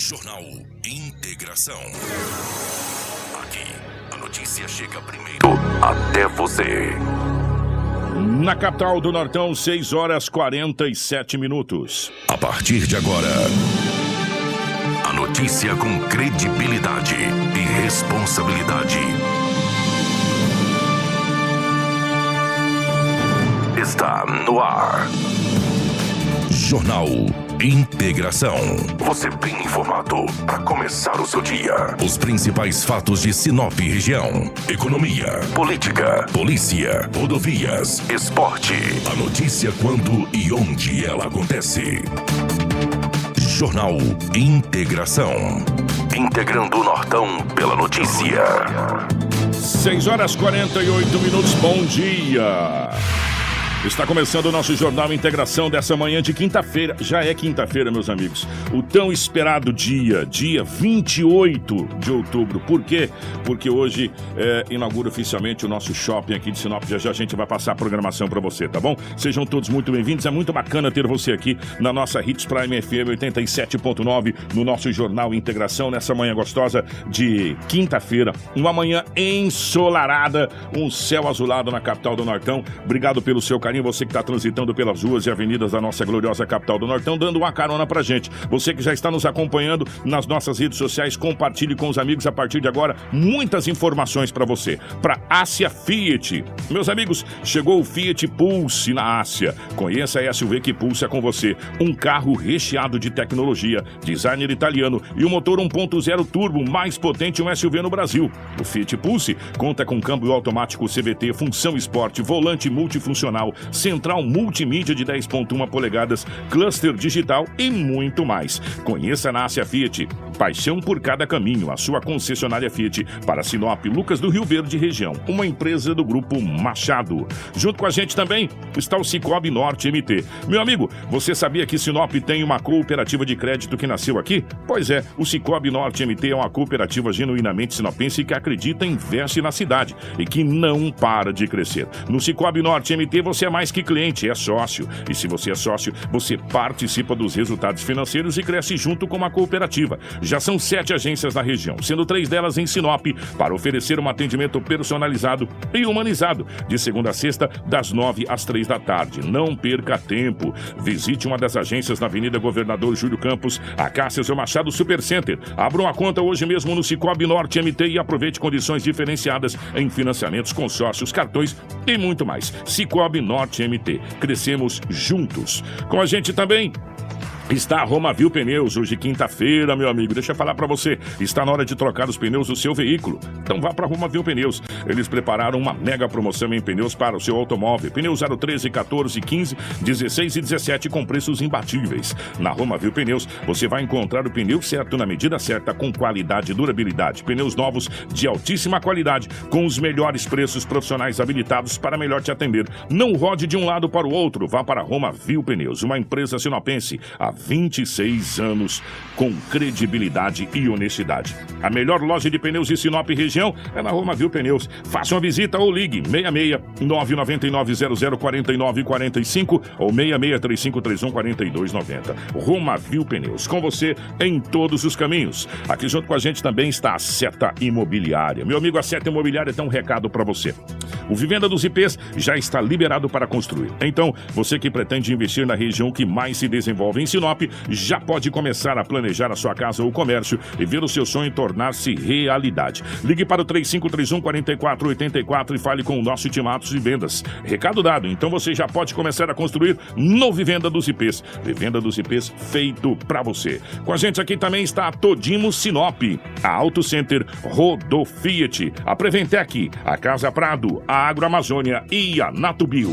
Jornal Integração. Aqui, a notícia chega primeiro até você. Na capital do Nortão, 6 horas 47 minutos. A partir de agora, a notícia com credibilidade e responsabilidade. Está no ar. Jornal Integração. Você bem informado para começar o seu dia. Os principais fatos de Sinop região. Economia, política, polícia, rodovias, esporte. A notícia quando e onde ela acontece. Jornal Integração. Integrando o Nortão pela notícia. 6 horas 48 minutos. Bom dia. Está começando o nosso Jornal Integração dessa manhã de quinta-feira. Já é quinta-feira, meus amigos. O tão esperado dia 28 de outubro. Por quê? Porque hoje inaugura oficialmente o nosso shopping aqui de Sinop. Já a gente vai passar a programação para você, tá bom? Sejam todos muito bem-vindos. É muito bacana ter você aqui na nossa Hits Prime FM 87.9, no nosso Jornal Integração, nessa manhã gostosa de quinta-feira. Uma manhã ensolarada, um céu azulado na capital do Nortão. Obrigado pelo seu carinho, você que está transitando pelas ruas e avenidas da nossa gloriosa capital do Nortão, dando uma carona pra gente. Você que já está nos acompanhando nas nossas redes sociais, compartilhe com os amigos a partir de agora muitas informações para você. Para Ásia Fiat. Meus amigos, chegou o Fiat Pulse na Ásia. Conheça a SUV que pulsa com você. Um carro recheado de tecnologia, designer italiano e um motor 1.0 turbo mais potente um SUV no Brasil. O Fiat Pulse conta com câmbio automático CVT, função esporte, volante multifuncional, central multimídia de 10.1 polegadas, cluster digital e muito mais. Conheça na Ásia Fiat. Paixão por cada caminho. A sua concessionária Fiat para Sinop, Lucas do Rio Verde região. Uma empresa do Grupo Machado. Junto com a gente também está o Cicobi Norte MT. Meu amigo, você sabia que Sinop tem uma cooperativa de crédito que nasceu aqui? Pois é, o Cicobi Norte MT é uma cooperativa genuinamente sinopense que acredita e investe na cidade e que não para de crescer. No Cicobi Norte MT você é mais que cliente, é sócio. E se você é sócio, você participa dos resultados financeiros e cresce junto com a cooperativa. Já são 7 agências na região, sendo 3 delas em Sinop, para oferecer um atendimento personalizado e humanizado, de segunda a sexta, das 9 às 3 da tarde. Não perca tempo. Visite uma das agências na Avenida Governador Júlio Campos, a Cássio Machado Supercenter. Abra uma conta hoje mesmo no Cicobi Norte MT e aproveite condições diferenciadas em financiamentos, consórcios, cartões e muito mais. Cicobi Norte MT. Crescemos juntos. Com a gente também está a Romavil Pneus, hoje quinta-feira, meu amigo. Deixa eu falar pra você, está na hora de trocar os pneus do seu veículo. Então vá pra Romavil Pneus. Eles prepararam uma mega promoção em pneus para o seu automóvel. Pneus 013, 14, 15, 16 e 17 com preços imbatíveis. Na Romavil Pneus, você vai encontrar o pneu certo na medida certa, com qualidade e durabilidade. Pneus novos de altíssima qualidade, com os melhores preços, profissionais habilitados para melhor te atender. Não rode de um lado para o outro. Vá para Romavil Pneus, uma empresa sinopense há 26 anos, com credibilidade e honestidade. A melhor loja de pneus de Sinop região é na Romavil Pneus. Faça uma visita ou ligue 66 999 00 49 45 ou 66 3531 42 90. Romavil Pneus, com você em todos os caminhos. Aqui junto com a gente também está a Seta Imobiliária. Meu amigo, a Seta Imobiliária tem um recado para você. O Vivenda dos IPs já está liberado para construir. Então, você que pretende investir na região que mais se desenvolve em Sinop, já pode começar a planejar a sua casa ou comércio e ver o seu sonho tornar-se realidade. Ligue para o 3531-4484 e fale com o nosso Timatos de Vendas. Recado dado, então você já pode começar a construir no Vivenda dos IPs. Vivenda dos IPs feito para você. Com a gente aqui também está a Todimo Sinop, a Auto Center Rodo Fiat, a Preventec, a Casa Prado, a Agroamazônia e a Natubio.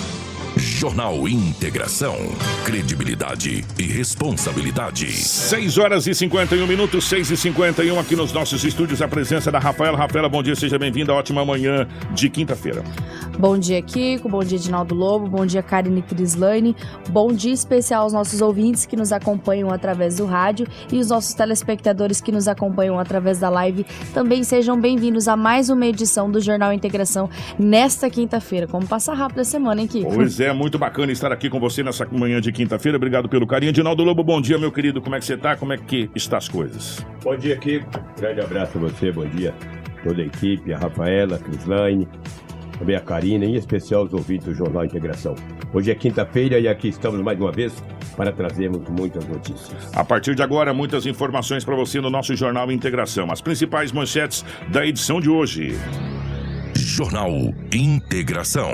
Jornal Integração. Credibilidade e responsabilidade. 6 horas e 51 minutos, 6h51 aqui nos nossos estúdios. A presença da Rafaela. Rafaela, bom dia, seja bem-vinda. Ótima manhã de quinta-feira. Bom dia, Kiko. Bom dia, Edinaldo Lobo. Bom dia, Karine Crislane. Bom dia especial aos nossos ouvintes que nos acompanham através do rádio e os nossos telespectadores que nos acompanham através da live. Também sejam bem-vindos a mais uma edição do Jornal Integração nesta quinta-feira. Como passa rápido a semana, hein, Kiko? Pois é, muito muito bacana estar aqui com você nessa manhã de quinta-feira. Obrigado pelo carinho. Edinaldo Lobo, bom dia, meu querido. Como é que você tá? Como é que está as coisas? Bom dia, Kiko. Grande abraço a você, bom dia a toda a equipe, a Rafaela, a Crislaine, também a Karina, e em especial os ouvintes do Jornal Integração. Hoje é quinta-feira e aqui estamos mais uma vez para trazermos muitas notícias. A partir de agora, muitas informações para você no nosso Jornal Integração. As principais manchetes da edição de hoje. Jornal Integração.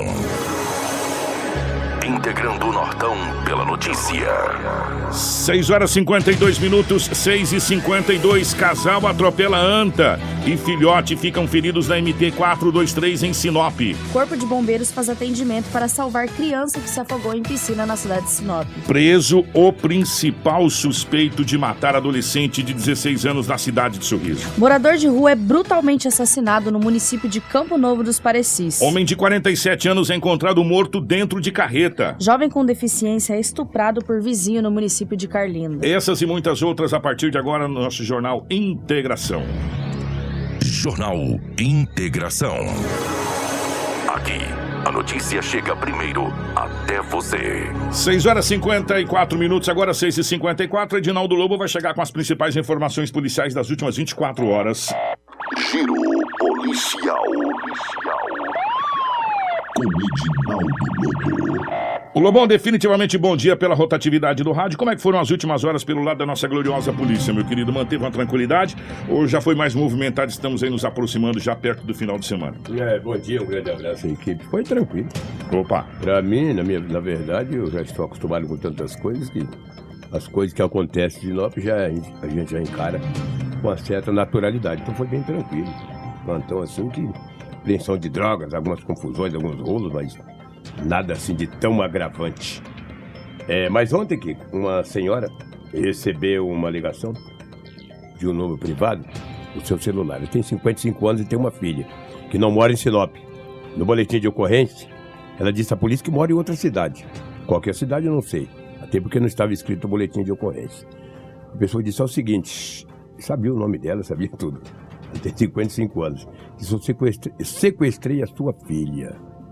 Integrando o Nortão pela notícia. 6 horas e 52 minutos, 6h52. Casal atropela anta e filhote ficam feridos na MT-423 em Sinop. Corpo de Bombeiros faz atendimento para salvar criança que se afogou em piscina na cidade de Sinop. Preso o principal suspeito de matar adolescente de 16 anos na cidade de Sorriso. Morador de rua é brutalmente assassinado no município de Campo Novo dos Parecis. Homem de 47 anos é encontrado morto dentro de carreta. Jovem com deficiência é estuprado por vizinho no município de Carlinda. Essas e muitas outras a partir de agora no nosso Jornal Integração. Jornal Integração. Aqui, a notícia chega primeiro até você. 6 horas e 54 minutos, agora 6h54. Edinaldo Lobo vai chegar com as principais informações policiais das últimas 24 horas. Giro policial. Com Edinaldo Lobo. O Lobão, definitivamente bom dia pela rotatividade do rádio. Como é que foram as últimas horas pelo lado da nossa gloriosa polícia, meu querido? Manteve uma tranquilidade ou já foi mais movimentado? Estamos aí nos aproximando já perto do final de semana. Bom dia, um grande abraço à equipe. Foi tranquilo. Opa. Pra mim, na verdade, eu já estou acostumado com tantas coisas que as coisas que acontecem de Sinop a gente já encara com uma certa naturalidade. Então foi bem tranquilo. Plantão assim que apreensão de drogas, algumas confusões, alguns rolos, mas nada assim de tão agravante. Mas ontem, Kiko, uma senhora recebeu uma ligação de um número privado do seu celular. Ela tem 55 anos e tem uma filha que não mora em Sinop. No boletim de ocorrência, ela disse à polícia que mora em outra cidade. Qualquer cidade eu não sei, até porque não estava escrito no boletim de ocorrência. A pessoa disse o seguinte, sabia o nome dela, sabia tudo. Ela tem 55 anos. Disse, eu sequestrei a sua filha.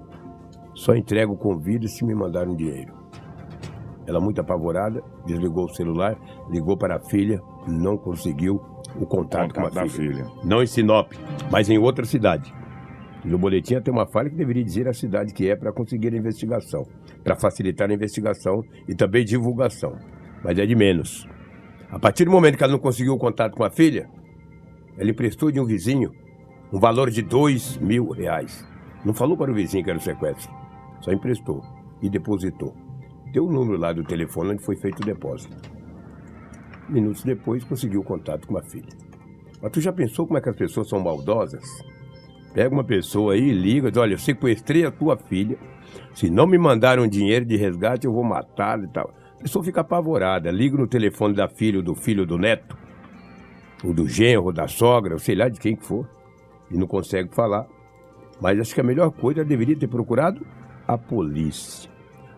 Só entrego o convite se me mandarem dinheiro. Ela, muito apavorada, desligou o celular, ligou para a filha, não conseguiu o contato com a filha. Não em Sinop, mas em outra cidade. E no boletim tem uma falha que deveria dizer a cidade que é para conseguir a investigação, para facilitar a investigação e também divulgação. Mas é de menos. A partir do momento que ela não conseguiu o contato com a filha, ela emprestou de um vizinho um valor de R$2.000. Não falou para o vizinho que era o sequestro. Só emprestou e depositou. Deu o número lá do telefone onde foi feito o depósito. Minutos depois, conseguiu o contato com a filha. Mas tu já pensou como é que as pessoas são maldosas? Pega uma pessoa aí e liga, diz, olha, eu sequestrei a tua filha, se não me mandaram dinheiro de resgate, eu vou matá-la e tal. A pessoa fica apavorada, liga no telefone da filha, ou do filho, ou do neto, ou do genro, ou da sogra, ou sei lá de quem que for, e não consegue falar. Mas acho que a melhor coisa deveria ter procurado a polícia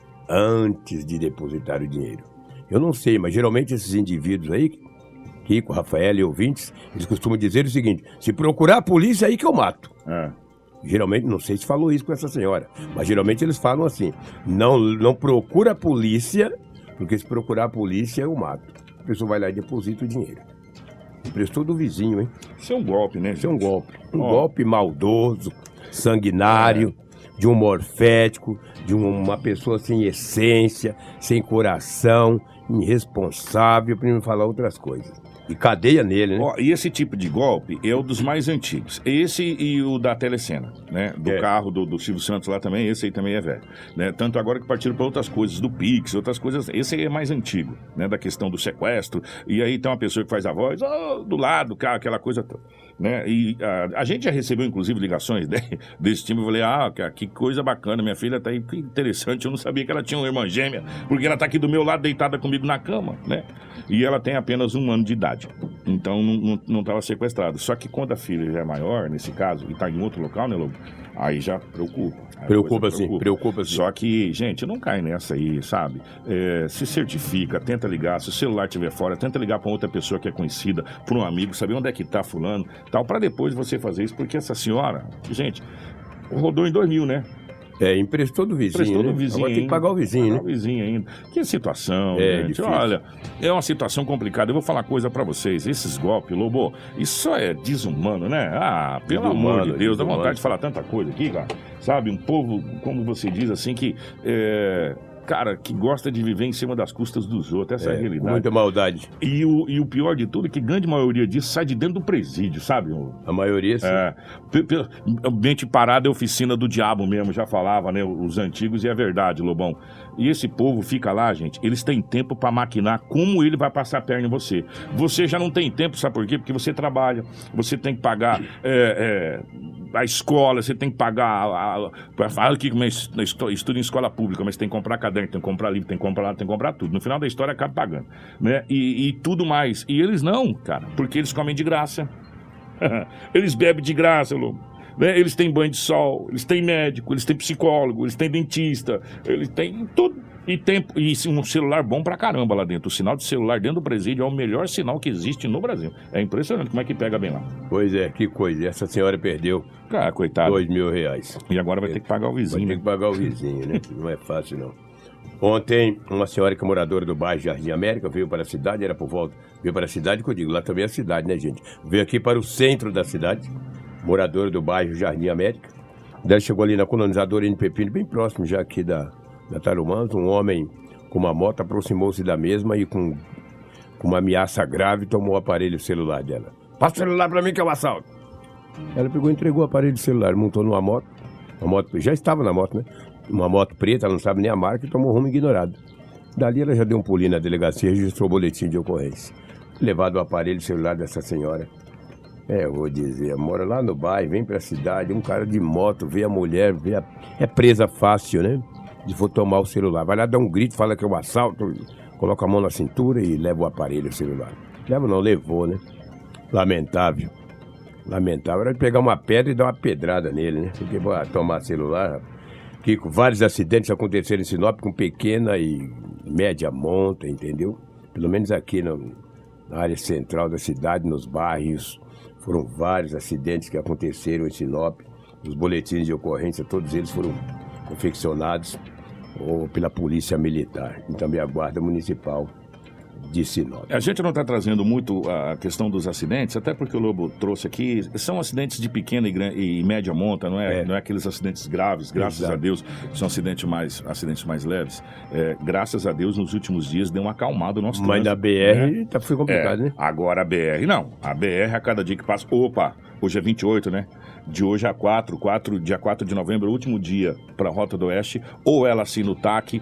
antes de depositar o dinheiro. Eu não sei, mas geralmente esses indivíduos aí, Kiko, Rafael e ouvintes, eles costumam dizer o seguinte, se procurar a polícia é aí que eu mato. Geralmente, não sei se falou isso com essa senhora, mas geralmente eles falam assim, não procura a polícia, porque se procurar a polícia eu mato. A pessoa vai lá e deposita o dinheiro. Emprestou do vizinho, hein? Isso é um golpe, né? Isso é um golpe. Um golpe maldoso, sanguinário, de um morfético, de uma pessoa sem essência, sem coração, irresponsável, para não falar outras coisas. E cadeia nele, né? E esse tipo de golpe é um dos mais antigos. Esse e o da Telecena, né? Do carro do Silvio Santos lá também, esse aí também é velho. Né? Tanto agora que partiram para outras coisas, do Pix, outras coisas. Esse aí é mais antigo, né? Da questão do sequestro. E aí tem uma pessoa que faz a voz, do lado do carro, aquela coisa toda. Né? E a gente já recebeu, inclusive, ligações desse time. Eu falei, cara, que coisa bacana, minha filha tá aí, que interessante. Eu não sabia que ela tinha uma irmã gêmea, porque ela tá aqui do meu lado, deitada comigo na cama, né? E ela tem apenas 1 ano de idade. Então não estava sequestrado. Só que quando a filha já é maior, nesse caso, e está em outro local, né, Lobo? Aí já preocupa. Preocupa sim. Só que, gente, não cai nessa aí, sabe? Se certifica, tenta ligar. Se o celular estiver fora, tenta ligar para outra pessoa que é conhecida, para um amigo, saber onde é que tá fulano, tal, para depois você fazer isso. Porque essa senhora, gente, rodou em 2000, né? Emprestou do vizinho. Emprestou do né? vizinho. Agora tem que pagar o vizinho, Pagar né? o vizinho ainda. Que situação, É gente. difícil. Olha, é uma situação complicada. Eu vou falar uma coisa pra vocês. Esses golpes, Lobo, isso é desumano, né? Ah, pelo amor de Deus, dá vontade de falar tanta coisa aqui, cara. Sabe, um povo, como você diz, assim, que... cara, que gosta de viver em cima das custas dos outros, essa é a realidade. Com muita maldade. E o pior de tudo é que grande maioria disso sai de dentro do presídio, sabe? A maioria, sim. Mente parada é oficina do diabo mesmo, já falava, né? Os antigos, e é verdade, Lobão. E esse povo fica lá, gente, eles têm tempo pra maquinar como ele vai passar a perna em você. Você já não tem tempo, sabe por quê? Porque você trabalha, você tem que pagar a escola, você tem que pagar... Fala aqui que estudo em escola pública, mas tem que comprar caderno, tem que comprar livro, tem que comprar lá, tem que comprar tudo. No final da história acaba pagando, né? E tudo mais. E eles não, cara, porque eles comem de graça. Eles bebem de graça, Lobo. Né? Eles têm banho de sol, eles têm médico, eles têm psicólogo, eles têm dentista, eles têm tudo. E um celular bom pra caramba lá dentro. O sinal de celular dentro do presídio é o melhor sinal que existe no Brasil. É impressionante como é que pega bem lá. Pois é, que coisa. Essa senhora perdeu coitado. R$2.000. E agora vai ter que pagar o vizinho. Vai ter que pagar o vizinho, né? Não é fácil, não. Ontem, uma senhora que é moradora do bairro Jardim América veio para a cidade, veio para a cidade, que eu digo, lá também é a cidade, né, gente? Veio aqui para o centro da cidade, moradora do bairro Jardim América. Daí chegou ali na colonizadora N. Pepino, bem próximo já aqui da Tarumãs. Um homem com uma moto aproximou-se da mesma e com uma ameaça grave tomou o aparelho celular dela. Passa o celular para mim que é um assalto. Ela pegou e entregou o aparelho celular, montou numa moto, já estava na moto, né? Uma moto preta, ela não sabe nem a marca, e tomou rumo ignorado. Dali ela já deu um pulinho na delegacia e registrou o boletim de ocorrência. Levado o aparelho celular dessa senhora. Eu vou dizer, mora lá no bairro, vem pra cidade, um cara de moto, vê a mulher, é presa fácil, né? De for tomar o celular. Vai lá dar um grito, fala que é um assalto, coloca a mão na cintura e leva o aparelho celular. Levou, né? Lamentável. Era de pegar uma pedra e dar uma pedrada nele, né? Porque vai tomar celular... Kiko, vários acidentes aconteceram em Sinop com pequena e média monta, entendeu? Pelo menos aqui na área central da cidade, nos bairros, foram vários acidentes que aconteceram em Sinop. Os boletins de ocorrência, todos eles foram confeccionados pela Polícia Militar e também a Guarda Municipal de Sinop. A gente não está trazendo muito a questão dos acidentes, até porque o Lobo trouxe aqui, são acidentes de pequena e média monta, não é aqueles acidentes graves, graças Exato. a Deus, são acidentes mais leves. Graças a Deus, nos últimos dias, deu uma acalmada o nosso Mas trânsito, na BR né? foi complicado, né? Agora a BR, não. A BR, a cada dia que passa... Opa, hoje é 28, né? De hoje a dia 4 de novembro, último dia para a Rota do Oeste, ou ela assina o TAC,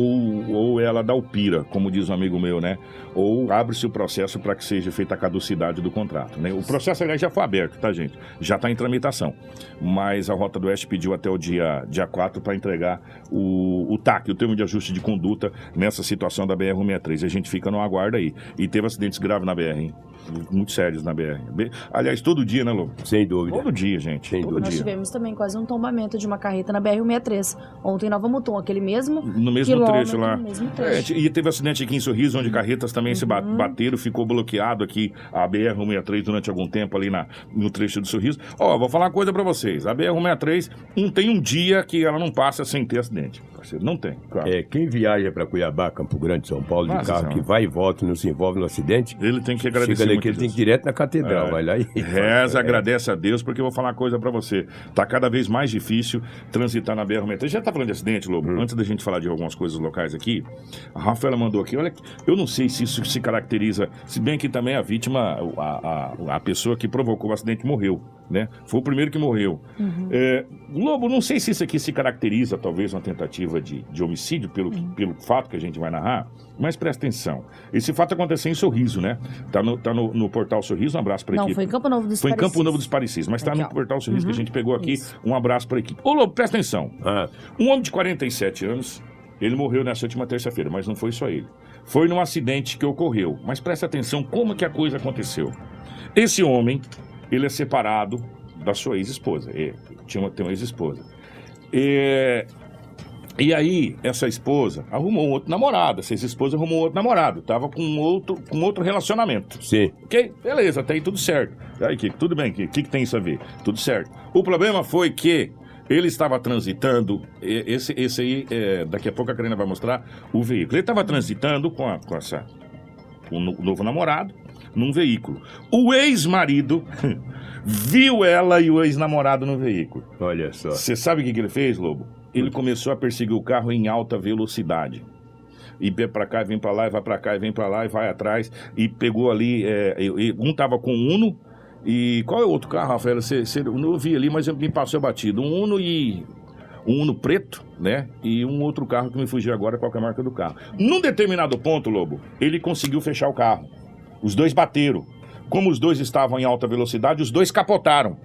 ou ela dá o PIRA, como diz um amigo meu, né? Ou abre-se o processo para que seja feita a caducidade do contrato, né? O processo, aliás, já foi aberto, tá, gente? Já está em tramitação. Mas a Rota do Oeste pediu até o dia 4 para entregar o TAC, o termo de ajuste de conduta, nessa situação da BR-163. A gente fica no aguardo aí. E teve acidentes graves na BR, hein? Muito sérios na BR. Aliás, todo dia, né, Lu? Sem dúvida. Todo dia, gente. Sem todo dúvida. Nós dia. tivemos também quase um tombamento de uma carreta na BR-163. Ontem em Nova Mutum, aquele mesmo No mesmo quilômetro, trecho lá. no mesmo trecho. E teve acidente aqui em Sorriso, onde carretas também se bateram, ficou bloqueado aqui a BR-163 durante algum tempo ali no trecho do Sorriso. Vou falar uma coisa pra vocês. A BR-163 não tem um dia que ela não passa sem ter acidente, parceiro. Não tem, claro. Quem viaja para Cuiabá, Campo Grande, São Paulo, de Nossa carro, Senhora. que vai e volta e não se envolve no acidente, Ele tem que agradecer chega ali muito que ele tem Deus. que ir direto na catedral, vai lá e... Reza, agradece a Deus, porque eu vou falar uma coisa pra você. Tá cada vez mais difícil transitar na BR-163. Já tá falando de acidente, Lobo? Antes da gente falar de algumas coisas locais aqui, a Rafaela mandou aqui, olha, eu não sei se isso se caracteriza, se bem que também a vítima, a pessoa que provocou o acidente morreu, né? Foi o primeiro que morreu. Lobo, não sei se isso aqui se caracteriza, talvez, uma tentativa de homicídio, pelo fato que a gente vai narrar, mas presta atenção. Esse fato aconteceu em Sorriso, né? Tá no portal Sorriso, um abraço pra equipe. Não, foi em Campo Novo dos Foi em Parecis. Campo Novo dos Parecis, mas tá Aqui, no ó. portal Sorriso que a gente pegou aqui. Isso. Um abraço pra equipe. Ô, Lobo, presta atenção. Ah, Um homem de 47 anos, ele morreu nessa última terça-feira, mas não foi só ele. Foi num acidente que ocorreu. Mas presta atenção como que a coisa aconteceu. Esse homem, ele é separado da sua ex-esposa. Tem uma ex-esposa. E aí, essa esposa arrumou um outro namorado. Essa ex-esposa arrumou outro namorado. Tava com outro relacionamento. sim. Ok? Beleza, até aí tudo certo. Aí, Kiko, tudo bem, o que tem isso a ver? Tudo certo. O problema foi que Ele estava transitando, esse aí, daqui a pouco a Karina vai mostrar o veículo. Ele estava transitando com o novo namorado num veículo. O ex-marido viu ela e o ex-namorado no veículo. Olha só. Você sabe o que ele fez, Lobo? Ele começou a perseguir o carro em alta velocidade. E vem pra cá, vem pra lá, e vai pra cá, e vem pra lá, e vai atrás. E pegou ali, um tava com um Uno. E qual é o outro carro, Rafael? Eu não vi ali, mas me passou batido. Um Uno preto, né? E um outro carro que me fugiu agora, qual que é a marca do carro. Num determinado ponto, Lobo, ele conseguiu fechar o carro. Os dois bateram. Como os dois estavam em alta velocidade, os dois capotaram.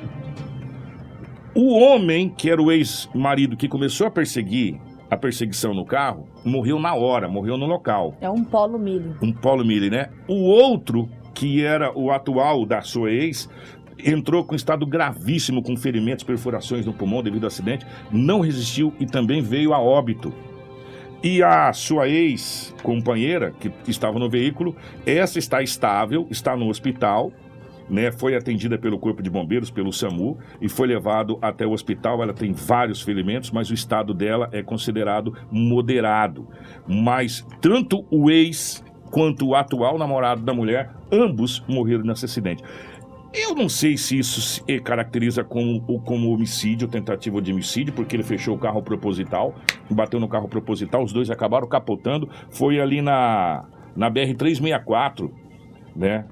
O homem, que era o ex-marido que começou a perseguição no carro, morreu na hora, morreu no local. É um Polo Mille. Um Polo Mille, né? O outro, que era o atual da sua ex, entrou com estado gravíssimo, com ferimentos, perfurações no pulmão devido ao acidente, não resistiu e também veio a óbito. E a sua ex-companheira, que estava no veículo, essa está estável, está no hospital, né? Foi atendida pelo Corpo de Bombeiros, pelo SAMU, e foi levado até o hospital. Ela tem vários ferimentos, mas o estado dela é considerado moderado. Mas tanto o ex quanto o atual namorado da mulher, ambos morreram nesse acidente. Eu não sei se isso se caracteriza como homicídio, tentativa de homicídio, porque ele fechou o carro proposital, bateu no carro proposital, os dois acabaram capotando. Foi ali na BR-364, né?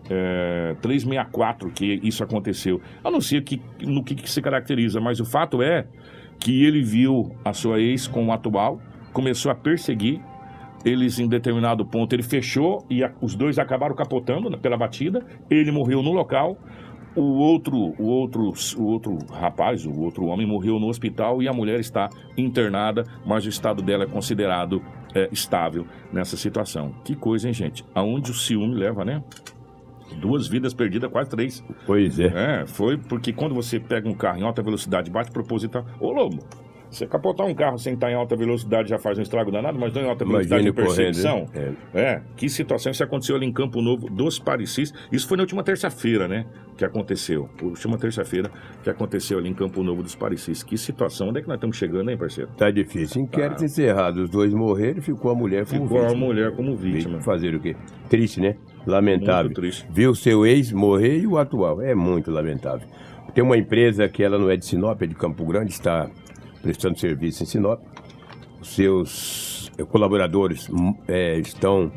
364 que isso aconteceu. Eu não sei no que se caracteriza, mas o fato é que ele viu a sua ex com o atual, começou a perseguir. Eles, em determinado ponto, ele fechou e os dois acabaram capotando pela batida. Ele morreu no local. O outro rapaz, o outro homem, morreu no hospital e a mulher está internada, mas o estado dela é considerado estável nessa situação. Que coisa, hein, gente? Aonde o ciúme leva, né? 2 vidas perdidas, quase 3. Pois é. Foi porque quando você pega um carro em alta velocidade, bate proposital... Ô, Lobo, você capotar um carro sem estar em alta velocidade já faz um estrago danado, mas não em alta velocidade de perseguição. Que situação. Isso aconteceu ali em Campo Novo dos Parecis. Isso foi na última terça-feira, né? Que aconteceu. Última terça-feira que aconteceu ali em Campo Novo dos Parecis. Que situação. Onde é que nós estamos chegando, hein, parceiro? Tá difícil. Inquérito encerrado. Os dois morreram e ficou a mulher como vítima. Fazer o quê? Triste, né? Lamentável. Muito triste. Ver o seu ex morrer e o atual. É muito lamentável. Tem uma empresa que ela não é de Sinop, é de Campo Grande, está prestando serviço em Sinop. Os seus colaboradores estão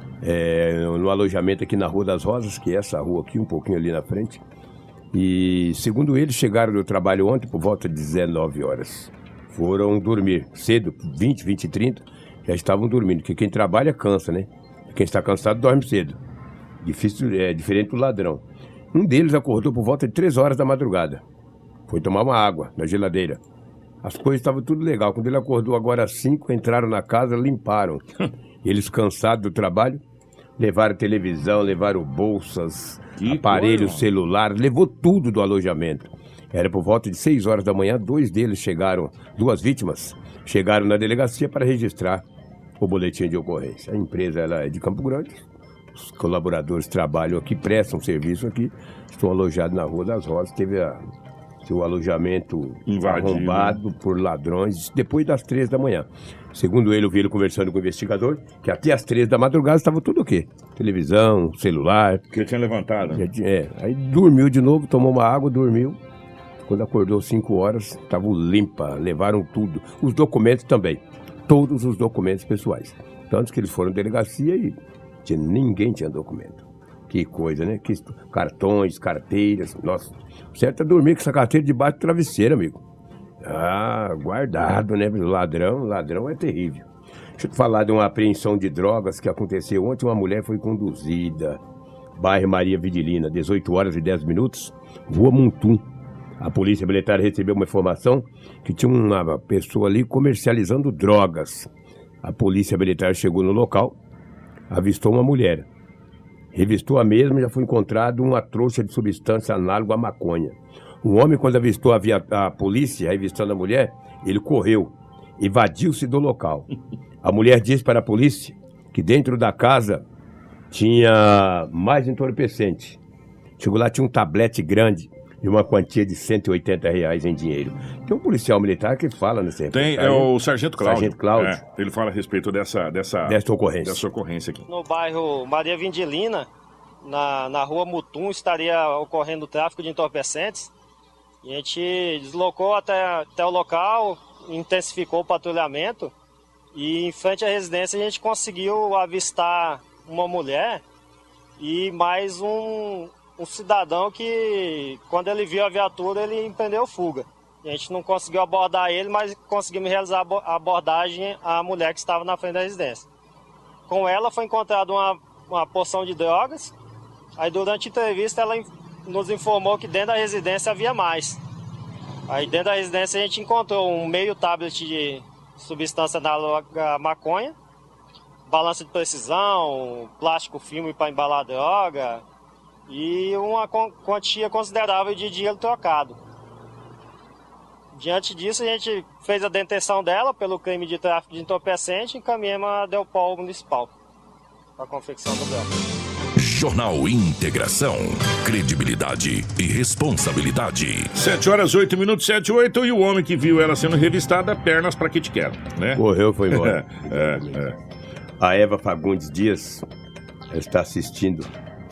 no alojamento aqui na Rua das Rosas, que é essa rua aqui, um pouquinho ali na frente. E, segundo eles, chegaram do trabalho ontem por volta de 19 horas. Foram dormir cedo, 20, 20 e 30, já estavam dormindo, porque quem trabalha cansa, né? Quem está cansado dorme cedo. Diferente do ladrão. Um deles acordou por volta de 3 horas da madrugada. Foi tomar uma água na geladeira. As coisas estavam tudo legal. Quando ele acordou agora às 5, entraram na casa, limparam. Eles, cansados do trabalho, levaram televisão, levaram bolsas, aparelhos, celular, levou tudo do alojamento. Era por volta de 6 horas da manhã, 2 deles chegaram, 2 vítimas, chegaram na delegacia para registrar o boletim de ocorrência. A empresa ela é de Campo Grande, os colaboradores trabalham aqui, prestam serviço aqui, estão alojados na Rua das Rosas, teve seu alojamento arrombado por ladrões depois das 3 da manhã. Segundo ele, eu vi ele conversando com o investigador, que até as 3 da madrugada estava tudo o quê? Televisão, celular. Que ele tinha levantado. Aí dormiu de novo, tomou uma água, dormiu. Quando acordou 5 horas, estava limpa, levaram tudo. Os documentos também, todos os documentos pessoais. Tanto que eles foram à delegacia e ninguém tinha documento. Que coisa, né? Cartões, carteiras, nossa. Certo é dormir com essa carteira debaixo do travesseiro, amigo. Guardado, né? Ladrão é terrível. Deixa eu te falar de uma apreensão de drogas que aconteceu ontem. Uma mulher foi conduzida, bairro Maria Vidilina, 18 horas e 10 minutos, Rua Montum. A polícia militar recebeu uma informação que tinha uma pessoa ali comercializando drogas. A polícia militar chegou no local, avistou uma mulher. Revistou a mesma e já foi encontrado uma trouxa de substância análoga à maconha. O homem, quando avistou a polícia, revistando a mulher, ele correu, evadiu-se do local. A mulher disse para a polícia que dentro da casa tinha mais entorpecente. Chegou lá, tinha um tablete grande, de uma quantia de R$180 em dinheiro. Tem um policial militar que fala nesse reportagem. Tem, é o Sargento Cláudio. Sargento Cláudio. É, ele fala a respeito dessa ocorrência aqui. No bairro Maria Vindilina, na rua Mutum, estaria ocorrendo o tráfico de entorpecentes. E a gente deslocou até o local, intensificou o patrulhamento e em frente à residência a gente conseguiu avistar uma mulher e mais um cidadão que, quando ele viu a viatura, ele empreendeu fuga. A gente não conseguiu abordar ele, mas conseguimos realizar a abordagem à mulher que estava na frente da residência. Com ela foi encontrada uma porção de drogas. Aí durante a entrevista ela nos informou que dentro da residência havia mais. Aí dentro da residência a gente encontrou um meio tablet de substância análoga maconha, balança de precisão, plástico filme para embalar droga e uma quantia considerável de dinheiro trocado. Diante disso, a gente fez a detenção dela pelo crime de tráfico de entorpecente e encaminhamos a Delpol Municipal para a confecção do bloco. Jornal Integração. Credibilidade e responsabilidade. 7h08, 7h08, e o homem que viu ela sendo revistada, pernas pra que te quero, né? Correu, foi embora. É. A Eva Fagundes Dias está assistindo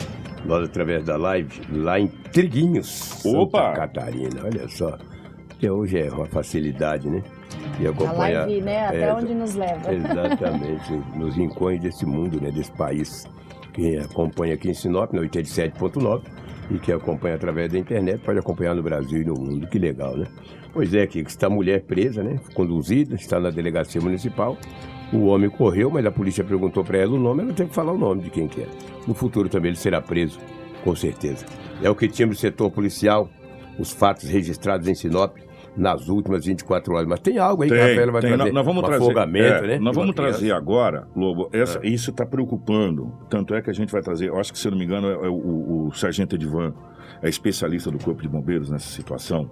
nós através da live lá em Triguinhos, Opa! Santa Catarina. Olha só, que hoje é uma facilidade, né? E A acompanha, live, né? Até onde nos leva. Exatamente, nos rincões desse mundo, né? Desse país. Quem acompanha aqui em Sinop, no 87.9, e quem acompanha através da internet, pode acompanhar no Brasil e no mundo. Que legal, né? Pois é, que está a mulher presa, né? Conduzida, está na delegacia municipal. O homem correu, mas a polícia perguntou para ela o nome, ela teve que falar o nome de quem que é. No futuro também ele será preso, com certeza. É o que tínhamos no setor policial, os fatos registrados em Sinop nas últimas 24 horas. Mas tem algo aí que a Rafaela vai trazer. Nós vamos trazer, afogamento, né? Nós vamos trazer agora, Lobo, isso está preocupando. Tanto é que a gente vai trazer, eu acho que, se eu não me engano, é o Sargento Edivan, é especialista do Corpo de Bombeiros nessa situação.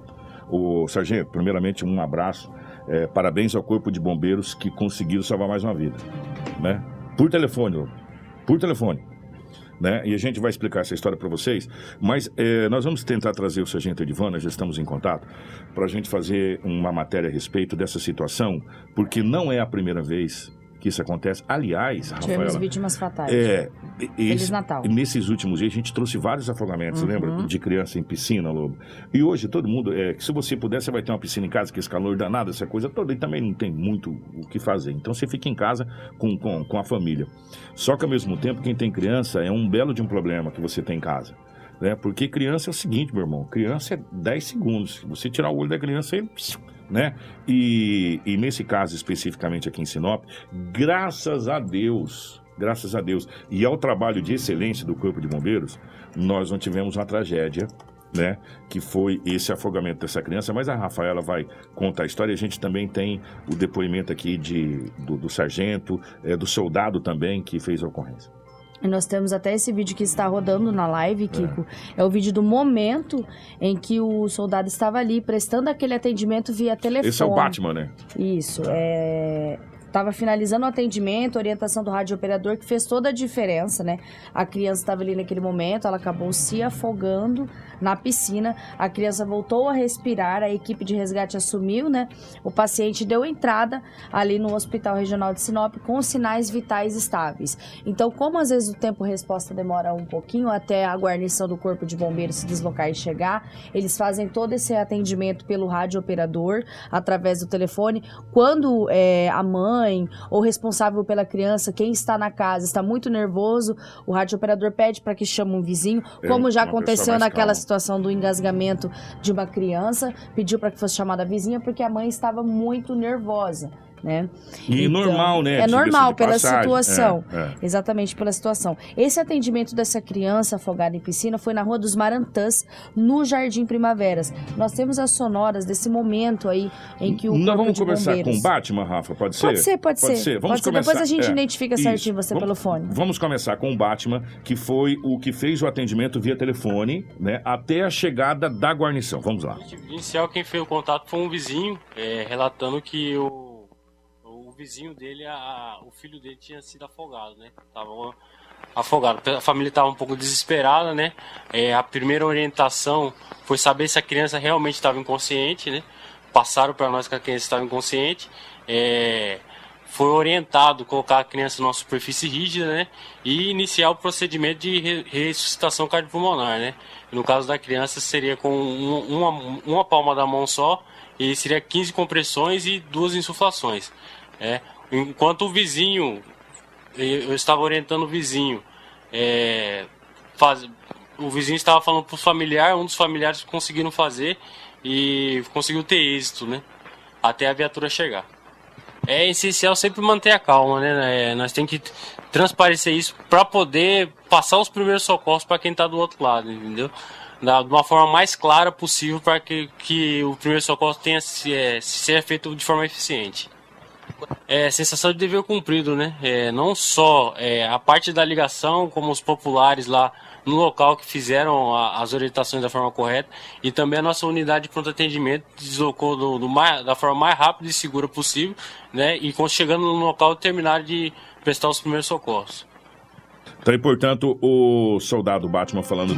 O Sargento, primeiramente, um abraço. Parabéns ao Corpo de Bombeiros que conseguiram salvar mais uma vida, né? Por telefone, Lobo. Por telefone. Né? E a gente vai explicar essa história para vocês, mas nós vamos tentar trazer o Sargento Edivan, nós já estamos em contato, para a gente fazer uma matéria a respeito dessa situação, porque não é a primeira vez que isso acontece. Aliás, Tivemos Rafaela, vítimas fatais. Feliz Natal. Nesses últimos dias a gente trouxe vários afogamentos, lembra? De criança em piscina, Lobo. E hoje todo mundo, que se você puder, você vai ter uma piscina em casa, que esse calor danado, essa coisa toda, e também não tem muito o que fazer. Então você fica em casa com a família. Só que ao mesmo tempo, quem tem criança é um belo de um problema que você tem em casa. Né? Porque criança é o seguinte, meu irmão, criança é 10 segundos. Se você tirar o olho da criança, ele... Né? E nesse caso especificamente aqui em Sinop, graças a Deus, e ao trabalho de excelência do Corpo de Bombeiros, nós não tivemos uma tragédia, né? Que foi esse afogamento dessa criança, mas a Rafaela vai contar a história. A gente também tem o depoimento aqui do sargento, do soldado também que fez a ocorrência. E nós temos até esse vídeo que está rodando na live, Kiko. É o vídeo do momento em que o soldado estava ali prestando aquele atendimento via telefone. Esse é o Batman, né? Isso. Estava finalizando o atendimento, orientação do rádio operador, que fez toda a diferença, né? A criança estava ali naquele momento, ela acabou se afogando na piscina, a criança voltou a respirar, a equipe de resgate assumiu, né? O paciente deu entrada ali no Hospital Regional de Sinop com os sinais vitais estáveis. Então, como às vezes o tempo-resposta demora um pouquinho até a guarnição do Corpo de Bombeiros se deslocar e chegar, eles fazem todo esse atendimento pelo rádio operador, através do telefone. Quando a mãe ou responsável pela criança, quem está na casa, está muito nervoso, o rádio operador pede para que chame um vizinho, como já aconteceu naquela situação do engasgamento de uma criança, pediu para que fosse chamada a vizinha porque a mãe estava muito nervosa, né? E então, normal, né? É normal pela situação. Exatamente pela situação. Esse atendimento dessa criança afogada em piscina foi na Rua dos Marantãs, no Jardim Primaveras. Nós temos as sonoras desse momento aí em que o Nós vamos conversar bombeiros... com o Batman, Rafa? Pode ser? Pode ser. Vamos começar. Depois a gente identifica certinho você pelo fone. Vamos começar com o Batman, que foi o que fez o atendimento via telefone, né? Até a chegada da guarnição. Vamos lá. Inicial, quem fez o contato foi um vizinho, relatando que o vizinho dele, o filho dele tinha sido afogado, né? Tava afogada. A família estava um pouco desesperada, né? A primeira orientação foi saber se a criança realmente estava inconsciente, né? Passaram para nós que a criança estava inconsciente. Foi orientado colocar a criança numa superfície rígida, né? E iniciar o procedimento de ressuscitação cardiopulmonar, né? No caso da criança seria com uma palma da mão só, e seria 15 compressões e 2 insuflações. Enquanto o vizinho, eu estava orientando o vizinho, o vizinho estava falando para o familiar, um dos familiares conseguiram fazer e conseguiu ter êxito, né? Até a viatura chegar. É essencial sempre manter a calma, né? Nós temos que transparecer isso para poder passar os primeiros socorros para quem está do outro lado, entendeu? De uma forma mais clara possível para que o primeiro socorro tenha seja feito de forma eficiente. Sensação de dever cumprido, né? Não só a parte da ligação, como os populares lá no local que fizeram as orientações da forma correta, e também a nossa unidade de pronto atendimento deslocou da forma mais rápida e segura possível, né? E chegando no local terminaram de prestar os primeiros socorros. Então, e portanto, o soldado Batman falando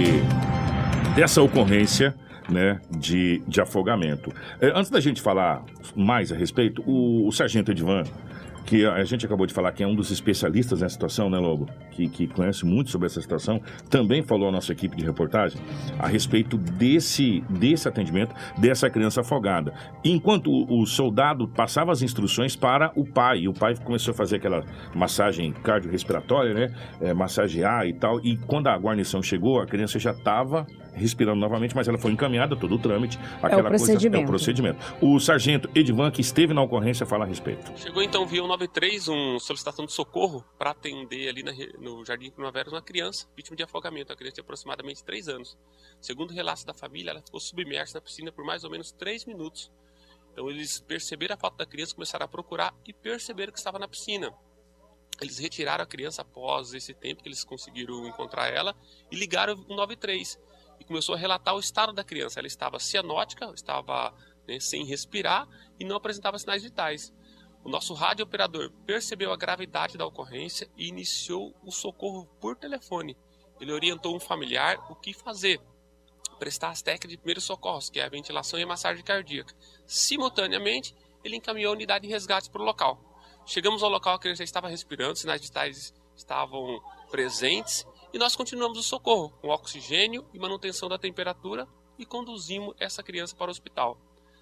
dessa ocorrência, né, de afogamento. Antes da gente falar mais a respeito, o sargento Edivan, que a gente acabou de falar que é um dos especialistas nessa situação, né, Lobo? Que conhece muito sobre essa situação, também falou a nossa equipe de reportagem a respeito desse atendimento, dessa criança afogada. Enquanto o soldado passava as instruções para o pai começou a fazer aquela massagem cardiorrespiratória, né? Massagear e tal, e quando a guarnição chegou, a criança já estava respirando novamente, mas ela foi encaminhada, todo o trâmite, aquela coisa, o procedimento. O sargento Edivan, que esteve na ocorrência, fala a respeito. Chegou então via 193, uma solicitação de socorro para atender ali no Jardim Primavera uma criança vítima de afogamento. A criança tinha aproximadamente 3 anos. Segundo o relato da família, ela ficou submersa na piscina por mais ou menos 3 minutos. Então eles perceberam a falta da criança, começaram a procurar e perceberam que estava na piscina. Eles retiraram a criança após esse tempo que eles conseguiram encontrar ela e ligaram o 193. E começou a relatar o estado da criança. Ela estava cianótica, estava sem respirar e não apresentava sinais vitais. O nosso radiooperador percebeu a gravidade da ocorrência e iniciou o socorro por telefone. Ele orientou um familiar o que fazer. Prestar as técnicas de primeiros socorros, que é a ventilação e a massagem cardíaca. Simultaneamente, ele encaminhou a unidade de resgate para o local. Chegamos ao local, a criança já estava respirando, sinais vitais estavam presentes e nós continuamos o socorro com oxigênio e manutenção da temperatura e conduzimos essa criança para o hospital.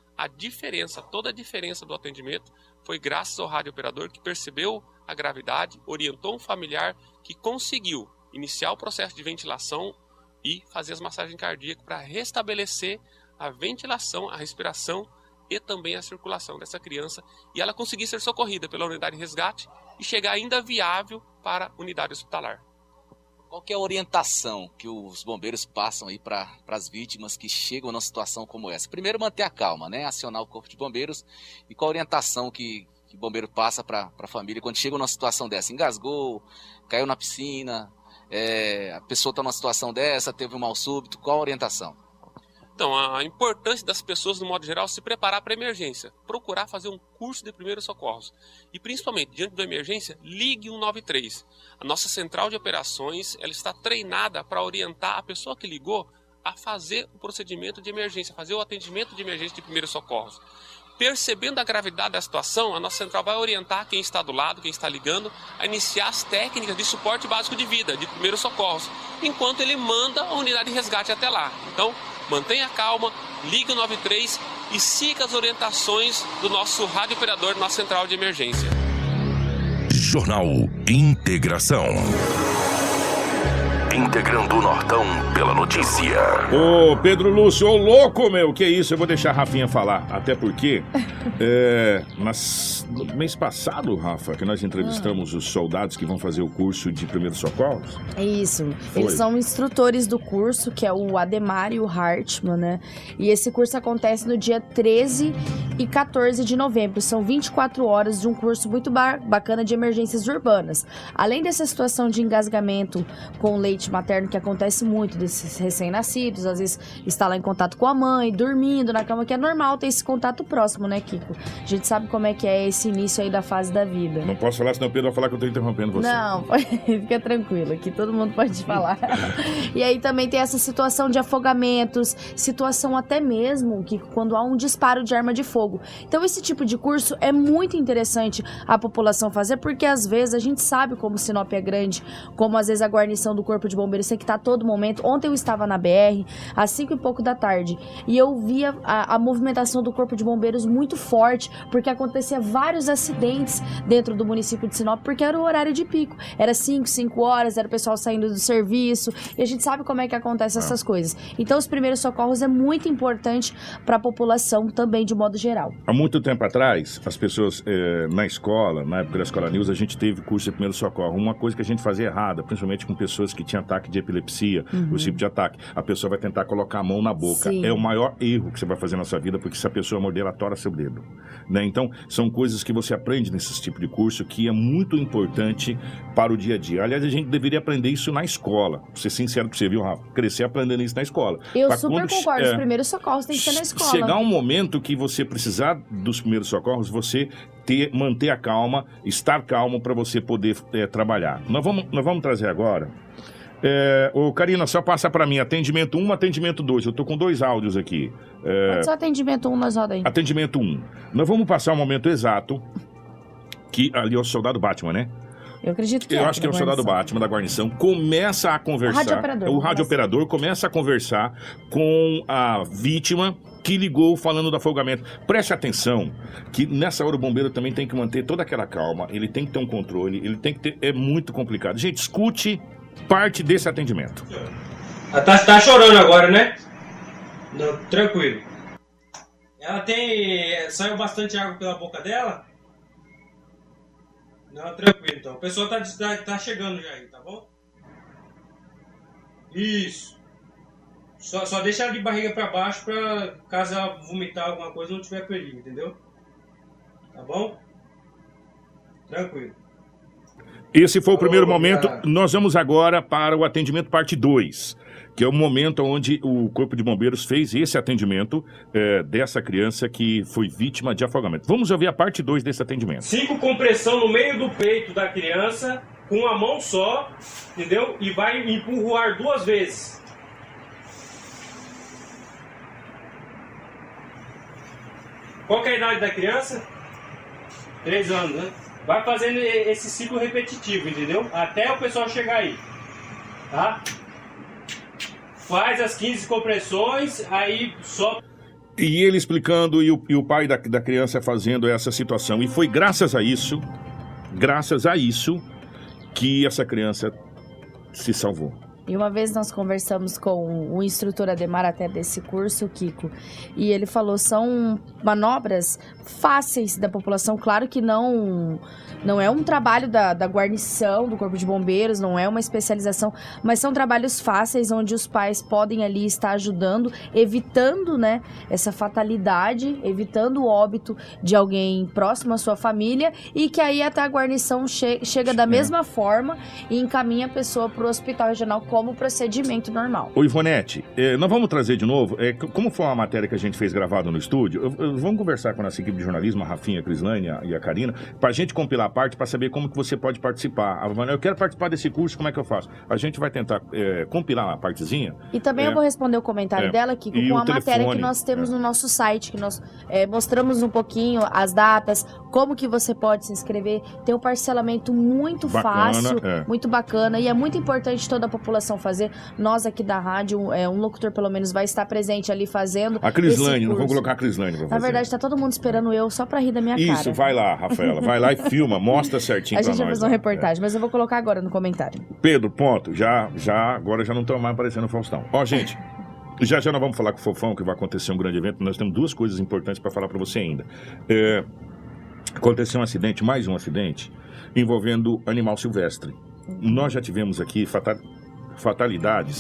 Toda a diferença do atendimento foi graças ao radiooperador que percebeu a gravidade, orientou um familiar que conseguiu iniciar o processo de ventilação e fazer as massagens cardíacas para restabelecer a ventilação, a respiração e também a circulação dessa criança e ela conseguir ser socorrida pela unidade de resgate e chegar ainda viável para a unidade hospitalar. Qual que é a orientação que os bombeiros passam aí para as vítimas que chegam numa situação como essa? Primeiro, manter a calma, né? Acionar o corpo de bombeiros. E qual a orientação que o bombeiro passa para a família quando chega numa situação dessa? Engasgou, caiu na piscina, a pessoa está numa situação dessa, teve um mal súbito. Qual a orientação? Então, a importância das pessoas, no modo geral, se preparar para a emergência. Procurar fazer um curso de primeiros socorros. E, principalmente, diante da emergência, ligue 193. A nossa central de operações ela está treinada para orientar a pessoa que ligou a fazer o procedimento de emergência, fazer o atendimento de emergência de primeiros socorros. Percebendo a gravidade da situação, a nossa central vai orientar quem está do lado, quem está ligando, a iniciar as técnicas de suporte básico de vida, de primeiros socorros, enquanto ele manda a unidade de resgate até lá. Então, mantenha calma, ligue o 93 e siga as orientações do nosso radiooperador, nossa central de emergência. Jornal Integração. Integrando o Nortão pela notícia. Ô, Pedro Lúcio, ô louco, meu, que isso? Eu vou deixar a Rafinha falar, até porque no mês passado, Rafa, que nós entrevistamos os soldados que vão fazer o curso de primeiros socorros. É isso. Eles são instrutores do curso, que é o Ademar e o Hartmann, né? E esse curso acontece no dia 13 e 14 de novembro. São 24 horas de um curso muito bacana de emergências urbanas. Além dessa situação de engasgamento com leite materno, que acontece muito desses recém-nascidos, às vezes está lá em contato com a mãe, dormindo na cama, que é normal ter esse contato próximo, né, Kiko? A gente sabe como é que é esse início aí da fase da vida. Não posso falar, senão o Pedro vai falar que eu estou interrompendo você. Não, fica tranquilo, aqui todo mundo pode falar. E aí também tem essa situação de afogamentos, situação até mesmo que quando há um disparo de arma de fogo. Então esse tipo de curso é muito interessante a população fazer, porque às vezes a gente sabe como Sinop é grande, como às vezes a guarnição do Corpo de Bombeiros tem que estar a todo momento. Ontem eu estava na BR, às 5 e pouco da tarde, e eu via a movimentação do Corpo de Bombeiros muito forte, porque acontecia vários acidentes dentro do município de Sinop, porque era o horário de pico. Era 5 horas, era o pessoal saindo do serviço, e a gente sabe como é que acontece essas coisas. Então os primeiros socorros é muito importante para a população também, de modo geral. Há muito tempo atrás, as pessoas na escola, na época da Escola News, a gente teve curso de primeiro socorro. Uma coisa que a gente fazia errada, principalmente com pessoas que tinham ataque de epilepsia, o tipo de ataque, a pessoa vai tentar colocar a mão na boca. Sim. É o maior erro que você vai fazer na sua vida, porque se a pessoa morder, ela tora seu dedo. Né? Então, são coisas que você aprende nesses tipos de curso, que é muito importante para o dia a dia. Aliás, a gente deveria aprender isso na escola. Vou ser sincero com você, viu, Rafa? Crescer aprendendo isso na escola. Eu pra super concordo, os primeiros socorros tem que ser na escola. Chegar um momento que você precisar dos primeiros socorros, você manter a calma, estar calmo para você poder trabalhar. Nós vamos trazer agora... Ô, Karina, só passa para mim, atendimento 1, atendimento 2. Eu tô com 2 áudios aqui. Pode ser atendimento 1, nós roda aí. Atendimento 1. Nós vamos passar o momento exato, que ali é o soldado Batman, né? Eu acredito que Eu acho que é o soldado Batman da guarnição. Começa a conversar. O radiooperador começa a conversar com a vítima que ligou falando do afogamento. Preste atenção que nessa hora o bombeiro também tem que manter toda aquela calma. Ele tem que ter um controle. Ele tem que ter... É muito complicado. Gente, escute parte desse atendimento. Tá chorando agora, né? Não, tranquilo. Ela saiu bastante água pela boca dela? Não, tranquilo então. O pessoal tá chegando já aí, tá bom? Isso. Só deixa ela de barriga pra baixo pra caso ela vomitar alguma coisa não tiver perigo, entendeu? Tá bom? Tranquilo. Esse foi o primeiro momento. Nós vamos agora para o atendimento parte 2, que é o momento onde o Corpo de Bombeiros fez esse atendimento dessa criança que foi vítima de afogamento. Vamos ouvir a parte 2 desse atendimento. 5 compressão no meio do peito da criança, com uma mão só, entendeu? E vai empurrar 2 vezes. Qual que é a idade da criança? 3 anos, né? Vai fazendo esse ciclo repetitivo, entendeu? Até o pessoal chegar aí, tá? Faz as 15 compressões, aí só... E ele explicando e o pai da criança fazendo essa situação. E foi graças a isso, que essa criança se salvou. E uma vez nós conversamos com o instrutor Ademar até desse curso, Kiko, e ele falou, são manobras fáceis da população, claro que não é um trabalho da guarnição, do Corpo de Bombeiros, não é uma especialização, mas são trabalhos fáceis onde os pais podem ali estar ajudando, evitando, né, essa fatalidade, evitando o óbito de alguém próximo à sua família, e que aí até a guarnição chega da mesma forma e encaminha a pessoa para o hospital regional como procedimento normal. Ô Ivonete, nós vamos trazer de novo, como foi uma matéria que a gente fez gravada no estúdio, vamos conversar com a nossa equipe de jornalismo, a Rafinha, a Crislane e a Karina, pra gente compilar a parte, pra saber como que você pode participar. Eu quero participar desse curso, como é que eu faço? A gente vai tentar compilar uma partezinha. E também eu vou responder o comentário dela, Kiko, com a matéria que nós temos no nosso site, que nós mostramos um pouquinho as datas, como que você pode se inscrever. Tem um parcelamento muito fácil, muito bacana, e é muito importante toda a população fazer. Nós aqui da rádio, um locutor pelo menos vai estar presente ali fazendo. A Crislane, não vou colocar a Crislane pra fazer. Na verdade, tá todo mundo esperando eu só pra rir da minha cara. Isso, vai lá, Rafaela, vai lá e filma, mostra certinho pra nós. A gente vai fazer uma reportagem, mas eu vou colocar agora no comentário. Pedro, ponto, agora já não estamos mais aparecendo no Faustão. Ó, gente, já nós vamos falar com o Fofão, que vai acontecer um grande evento, nós temos 2 coisas importantes para falar para você ainda. Aconteceu um acidente, mais um acidente, envolvendo animal silvestre. Nós já tivemos aqui fatalidades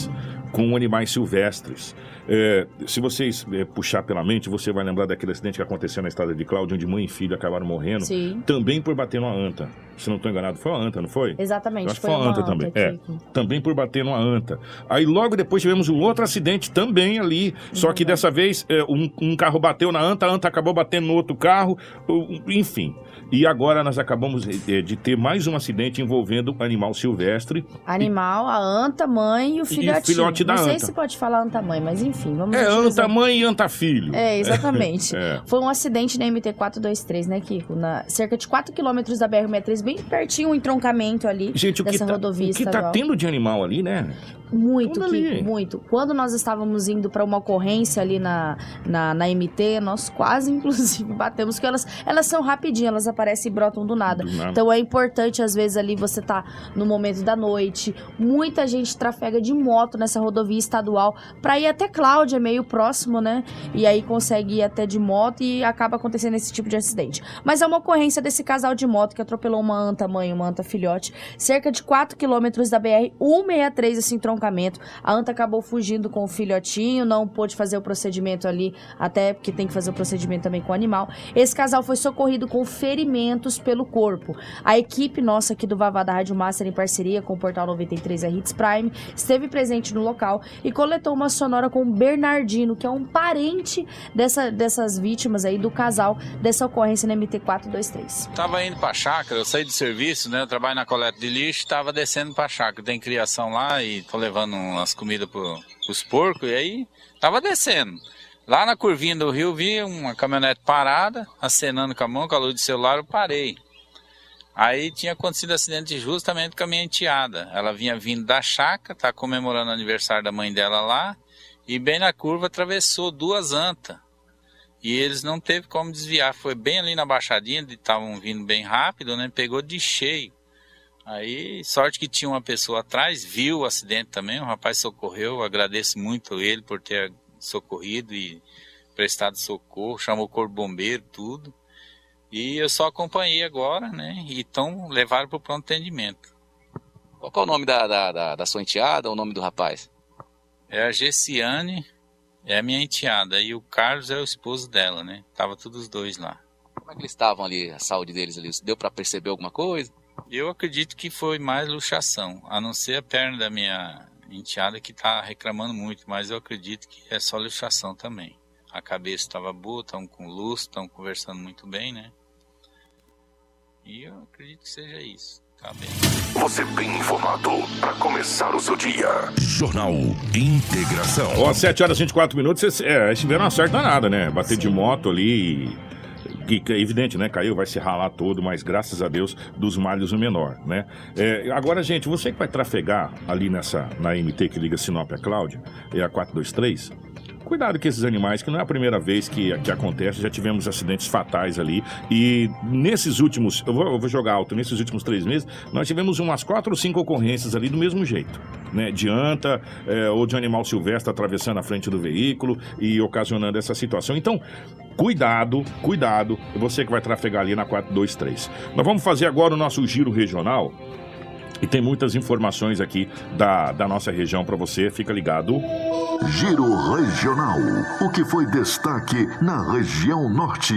com animais silvestres. Se vocês puxar pela mente, você vai lembrar daquele acidente que aconteceu na estrada de Cláudia, onde mãe e filho acabaram morrendo. Sim. Também por bater numa anta. Se não estou enganado, foi uma anta, não foi? Exatamente. Eu acho que foi uma anta também. Também por bater numa anta. Aí logo depois tivemos um outro acidente também ali, só que dessa vez um carro bateu na anta, a anta acabou batendo no outro carro, enfim. E agora nós acabamos de ter mais um acidente envolvendo animal silvestre. Animal, a anta, mãe e o filhotinho. E o filhote da anta. Não sei se pode falar anta, mãe, mas enfim. Vamos anta, mãe e anta, filho. Exatamente. Foi um acidente na MT-423, né, Kiko? Cerca de 4 quilômetros da BR-63, bem pertinho, um entroncamento ali. Gente, dessa rodovia estadual. O que tá tendo de animal ali, né? Muito, Kiko, muito. Quando nós estávamos indo para uma ocorrência ali na MT, nós quase, inclusive, batemos, porque elas são rapidinho, elas aparecem e brotam do nada. Então é importante, às vezes, ali você tá no momento da noite, muita gente trafega de moto nessa rodovia estadual para ir até Cláudia, meio próximo, né? E aí consegue ir até de moto e acaba acontecendo esse tipo de acidente. Mas é uma ocorrência desse casal de moto que atropelou uma anta mãe e uma anta filhote, cerca de 4 quilômetros da BR-163, esse entroncamento. A anta acabou fugindo com o filhotinho, não pôde fazer o procedimento ali, até porque tem que fazer o procedimento também com o animal. Esse casal foi socorrido com ferimentos pelo corpo. A equipe nossa aqui do Vavá da Rádio Master, em parceria com o Portal 93 Hits Prime, esteve presente no local e coletou uma sonora com o Bernardino, que é um parente dessas vítimas aí, do casal dessa ocorrência na MT-423. Tava indo pra chácara, eu saí do serviço, né? Eu trabalho na coleta de lixo, tava descendo pra chácara. Tem criação lá e tô levando umas comidas pros porcos, e aí tava descendo. Lá na curvinha do rio, vi uma caminhonete parada, acenando com a mão, com a luz do celular, eu parei. Aí tinha acontecido acidente justamente com a minha enteada. Ela vinha vindo da chácara, tá comemorando o aniversário da mãe dela lá, e bem na curva atravessou 2 antas. E eles não teve como desviar, foi bem ali na baixadinha, estavam vindo bem rápido, né? Pegou de cheio. Aí, sorte que tinha uma pessoa atrás, viu o acidente também, o rapaz socorreu, eu agradeço muito ele por ter socorrido e prestado socorro, chamou o corpo bombeiro, tudo. E eu só acompanhei agora, né, e então levaram para o pronto atendimento. Qual é o nome da sua enteada ou o nome do rapaz? É a Gessiane, é a minha enteada, e o Carlos é o esposo dela, né, tava todos os dois lá. Como é que eles estavam ali, a saúde deles ali, deu para perceber alguma coisa? Eu acredito que foi mais luxação, a não ser a perna da minha enteada que está reclamando muito, mas eu acredito que é só luxação também. A cabeça estava boa, estão com luz, estão conversando muito bem, né? E eu acredito que seja isso, tá bem. Você bem informado para começar o seu dia. Jornal Integração. 7h24, vocês tiveram uma sorte danada, né? Bater de moto ali... Que é evidente, né? Caiu, vai se ralar todo, mas graças a Deus, dos males o menor, né? Agora, gente, você que vai trafegar ali na MT que liga Sinop a Cláudia, é a 423, cuidado com esses animais, que não é a primeira vez que acontece, já tivemos acidentes fatais ali, e nesses últimos, eu vou jogar alto, nesses últimos 3 meses, nós tivemos umas 4 ou 5 ocorrências ali do mesmo jeito, né? De anta ou de animal silvestre atravessando a frente do veículo e ocasionando essa situação. Então, cuidado, você que vai trafegar ali na 423. Nós vamos fazer agora o nosso giro regional, e tem muitas informações aqui da nossa região para você, fica ligado. Giro Regional, o que foi destaque na região norte.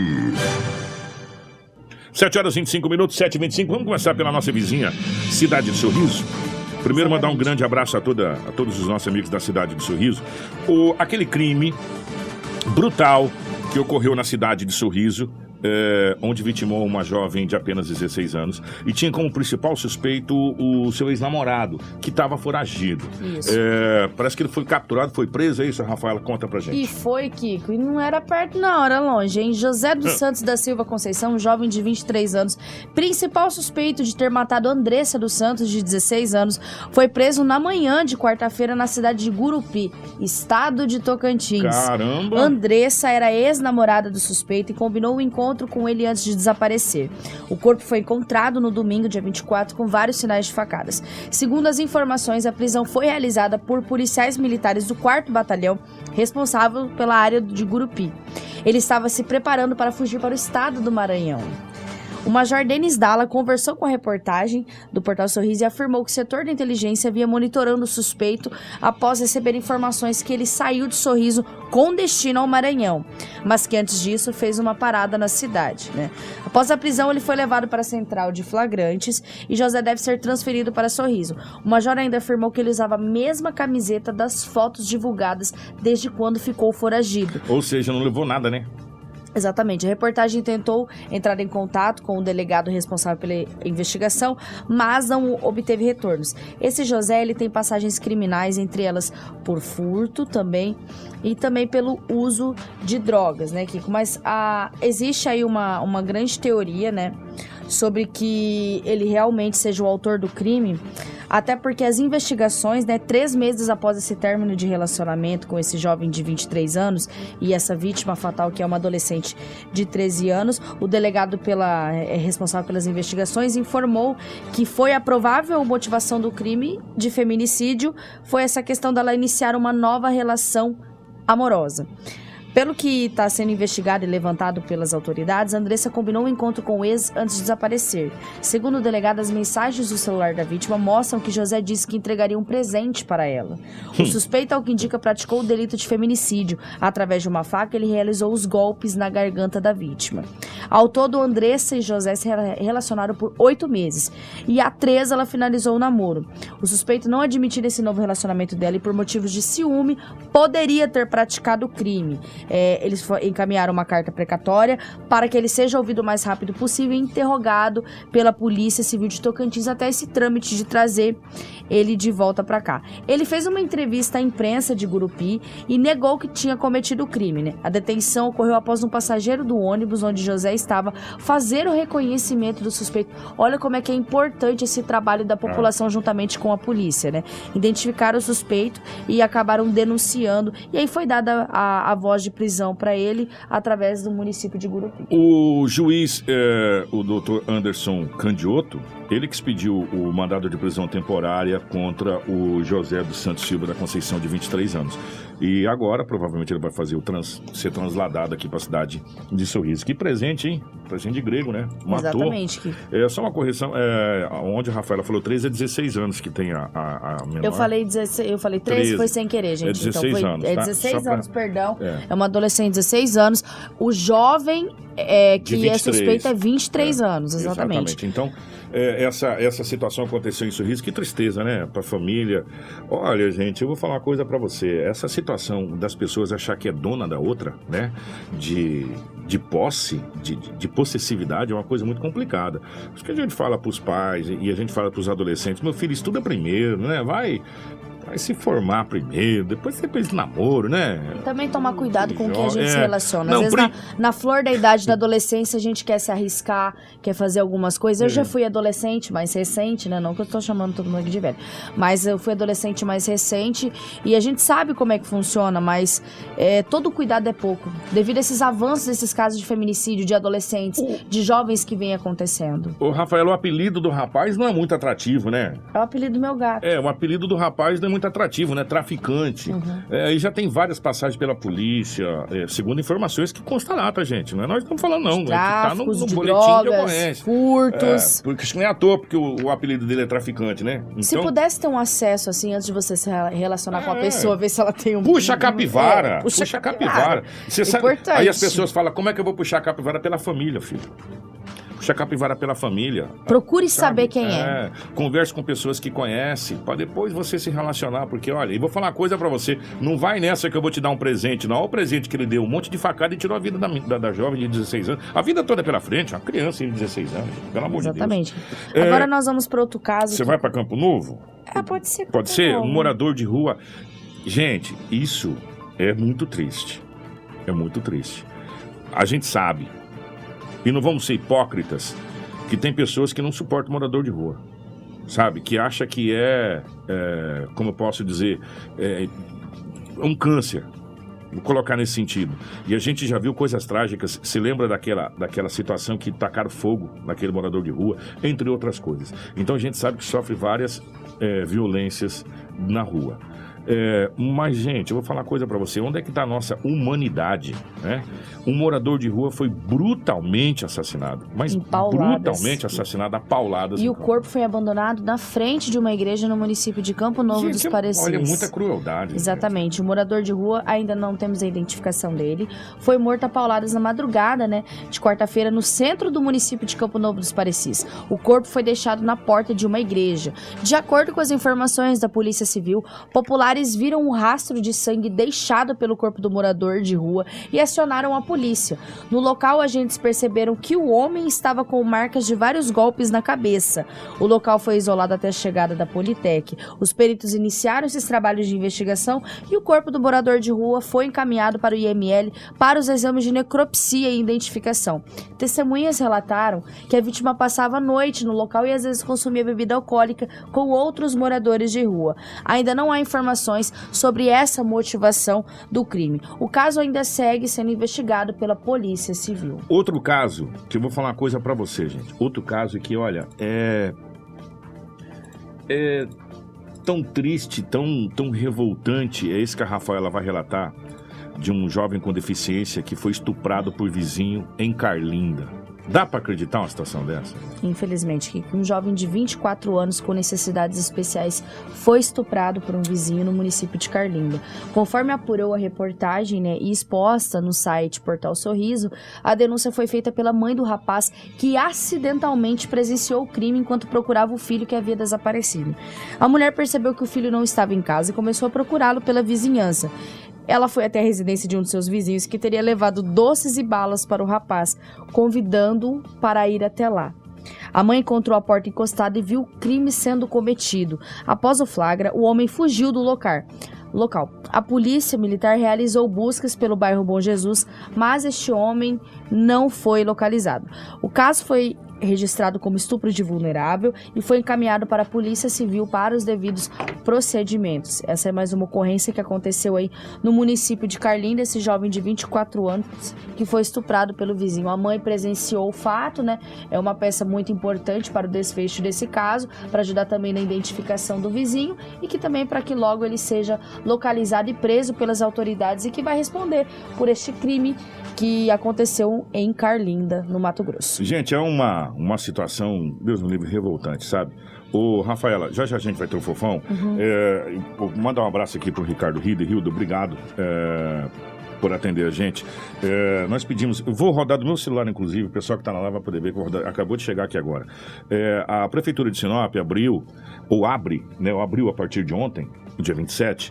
7h25, 7h25, vamos começar pela nossa vizinha, Cidade de Sorriso. Primeiro mandar um grande abraço a todos os nossos amigos da Cidade de Sorriso. Aquele crime brutal que ocorreu na cidade de Sorriso, onde vitimou uma jovem de apenas 16 anos e tinha como principal suspeito o seu ex-namorado, que estava foragido. Isso. Parece que ele foi capturado, foi preso, é isso, Rafaela? Conta pra gente. E foi, Kiko, e não era perto não, era longe, hein? José dos Santos da Silva Conceição, um jovem de 23 anos, principal suspeito de ter matado Andressa dos Santos, de 16 anos, foi preso na manhã de quarta-feira na cidade de Gurupi, estado de Tocantins. Caramba! Andressa era ex-namorada do suspeito e combinou o encontro com ele antes de desaparecer. O corpo foi encontrado no domingo, dia 24, com vários sinais de facadas. Segundo as informações, a prisão foi realizada por policiais militares do 4º Batalhão, responsável pela área de Gurupi. Ele estava se preparando para fugir para o estado do Maranhão. O Major Denis Dalla conversou com a reportagem do Portal Sorriso e afirmou que o setor da inteligência vinha monitorando o suspeito após receber informações que ele saiu de Sorriso com destino ao Maranhão, mas que antes disso fez uma parada na cidade, né? Após a prisão, ele foi levado para a central de flagrantes e José deve ser transferido para Sorriso. O major ainda afirmou que ele usava a mesma camiseta das fotos divulgadas desde quando ficou foragido. Ou seja, não levou nada, né? Exatamente. A reportagem tentou entrar em contato com o delegado responsável pela investigação, mas não obteve retornos. Esse José, ele tem passagens criminais, entre elas por furto também, e também pelo uso de drogas, né, Kiko? Mas existe aí uma grande teoria, né, sobre que ele realmente seja o autor do crime, até porque as investigações, né, 3 meses após esse término de relacionamento com esse jovem de 23 anos e essa vítima fatal, que é uma adolescente de 13 anos, o delegado responsável pelas investigações informou que foi a provável motivação do crime de feminicídio foi essa questão dela iniciar uma nova relação amorosa. Pelo que está sendo investigado e levantado pelas autoridades, Andressa combinou um encontro com o ex antes de desaparecer. Segundo o delegado, as mensagens do celular da vítima mostram que José disse que entregaria um presente para ela. O suspeito, ao que indica, praticou o delito de feminicídio. Através de uma faca, ele realizou os golpes na garganta da vítima. Ao todo, Andressa e José se relacionaram por 8 meses. E há 3 ela finalizou o namoro. O suspeito não admitiu esse novo relacionamento dela e, por motivos de ciúme, poderia ter praticado o crime. Eles encaminharam uma carta precatória para que ele seja ouvido o mais rápido possível e interrogado pela Polícia Civil de Tocantins até esse trâmite de trazer ele de volta para cá. Ele fez uma entrevista à imprensa de Gurupi e negou que tinha cometido o crime, né? A detenção ocorreu após um passageiro do ônibus onde José estava fazer o reconhecimento do suspeito. Olha como é que é importante esse trabalho da população juntamente com a polícia, né? Identificaram o suspeito e acabaram denunciando, e aí foi dada a voz de prisão para ele através do município de Gurupi. O juiz, o doutor Anderson Candioto, ele que expediu o mandado de prisão temporária contra o José dos Santos Silva da Conceição, de 23 anos. E agora, provavelmente, ele vai fazer ser transladado aqui para a cidade de Sorriso. Que presente, hein? Presente de grego, né? Exatamente. Só uma correção, onde a Rafaela falou 13, é 16 anos que tem a menor. Eu falei 13, foi sem querer, gente. É 16 então, anos, tá? tá? 16 anos, perdão. É uma adolescente de 16 anos. O jovem que 23, é suspeito é 23 anos, exatamente. Então, essa situação aconteceu em Sorriso, que tristeza, né? Pra família. Olha, gente, eu vou falar uma coisa pra você. Essa situação das pessoas achar que é dona da outra, né? De posse, de possessividade, é uma coisa muito complicada. Acho que a gente fala pros pais e a gente fala pros adolescentes: meu filho, estuda primeiro, né? Vai se formar primeiro, depois você pensa em namoro, né? Também tomar cuidado com quem a gente se relaciona. Às vezes, na flor da idade da adolescência, a gente quer se arriscar, quer fazer algumas coisas. Eu já fui adolescente mais recente, né? Não que eu estou chamando todo mundo aqui de velho. Mas eu fui adolescente mais recente e a gente sabe como é que funciona, mas todo cuidado é pouco. Devido a esses avanços, desses casos de feminicídio, de adolescentes, de jovens que vem acontecendo. Ô, Rafael, o apelido do rapaz não é muito atrativo, né? É o apelido do meu gato. O apelido do rapaz não é muito atrativo, né? Traficante. E já tem várias passagens pela polícia, segundo informações que constam lá, tá, gente? Não é nós que estamos falando, não. Tráficos, tá no de boletim drogas, que eu conheço. Furtos. Porque isso não é à toa, porque o apelido dele é traficante, né? Então, se pudesse ter um acesso, assim, antes de você se relacionar com a pessoa, ver se ela tem um... Puxa a capivara. Puxa a capivara. Você sabe, importante. aí as pessoas falam: como é que eu vou puxar a capivara? Pela família, filho. Puxa a capivara pela família. Procure saber quem é. Converse com pessoas que conhecem, para depois você se relacionar, porque, olha, e vou falar uma coisa pra você: não vai nessa que eu vou te dar um presente, não. Olha o presente que ele deu, um monte de facada e tirou a vida da jovem de 16 anos. A vida toda é pela frente, uma criança de 16 anos, pelo amor de Deus. Exatamente. Agora nós vamos para outro caso. Você vai para Campo Novo? Pode ser. Pode ser? Um morador de rua. Gente, isso é muito triste. É muito triste. A gente sabe, e não vamos ser hipócritas, que tem pessoas que não suportam morador de rua, sabe? Que acha que como eu posso dizer, um câncer. Vou colocar nesse sentido. E a gente já viu coisas trágicas. Se lembra daquela situação que tacaram fogo naquele morador de rua, entre outras coisas. Então a gente sabe que sofre várias violências na rua. Mas, gente, eu vou falar uma coisa pra você. Onde é que tá a nossa humanidade, né? Um morador de rua foi brutalmente assassinado. Mas brutalmente assassinado a pauladas. E o corpo foi abandonado na frente de uma igreja no município de Campo Novo dos Parecis. Olha, muita crueldade. Exatamente. O morador de rua, ainda não temos a identificação dele, foi morto a pauladas na madrugada, né, de quarta-feira, no centro do município de Campo Novo dos Parecis. O corpo foi deixado na porta de uma igreja. De acordo com as informações da Polícia Civil, populares viram um rastro de sangue deixado pelo corpo do morador de rua e acionaram a polícia. No local, agentes perceberam que o homem estava com marcas de vários golpes na cabeça. O local foi isolado até a chegada da Politec. Os peritos iniciaram esses trabalhos de investigação e o corpo do morador de rua foi encaminhado para o IML para os exames de necropsia e identificação. Testemunhas relataram que a vítima passava a noite no local e às vezes consumia bebida alcoólica com outros moradores de rua. Ainda não há informações sobre essa motivação do crime. O caso ainda segue sendo investigado pela Polícia Civil. Outro caso, que eu vou falar uma coisa pra você, gente. Outro caso que, olha, é tão triste, tão revoltante. É isso que a Rafaela vai relatar, de um jovem com deficiência que foi estuprado por vizinho em Carlinda. Dá pra acreditar uma situação dessa? Infelizmente, um jovem de 24 anos com necessidades especiais foi estuprado por um vizinho no município de Carlinda. Conforme apurou a reportagem, né, e exposta no site Portal Sorriso, a denúncia foi feita pela mãe do rapaz que acidentalmente presenciou o crime enquanto procurava o filho que havia desaparecido. A mulher percebeu que o filho não estava em casa e começou a procurá-lo pela vizinhança. Ela foi até a residência de um de seus vizinhos que teria levado doces e balas para o rapaz, convidando-o para ir até lá. A mãe encontrou a porta encostada e viu o crime sendo cometido. Após o flagra, o homem fugiu do local. A polícia militar realizou buscas pelo bairro Bom Jesus, mas este homem não foi localizado. O caso foi registrado como estupro de vulnerável e foi encaminhado para a Polícia Civil para os devidos procedimentos. Essa é mais uma ocorrência que aconteceu aí no município de Carlinda, esse jovem de 24 anos que foi estuprado pelo vizinho. A mãe presenciou o fato, né? É uma peça muito importante para o desfecho desse caso, para ajudar também na identificação do vizinho e que também para que logo ele seja localizado e preso pelas autoridades e que vai responder por este crime que aconteceu em Carlinda, no Mato Grosso. Gente, é uma situação, Deus me livre, revoltante, sabe? Ô, Rafaela, já a gente vai ter o fofão. Vou mandar um abraço aqui pro Ricardo Rildo, obrigado por atender a gente. Nós pedimos, eu vou rodar do meu celular, inclusive, o pessoal que está na live vai poder ver, que eu acabou de chegar aqui agora. A Prefeitura de Sinop abriu a partir de ontem, dia 27,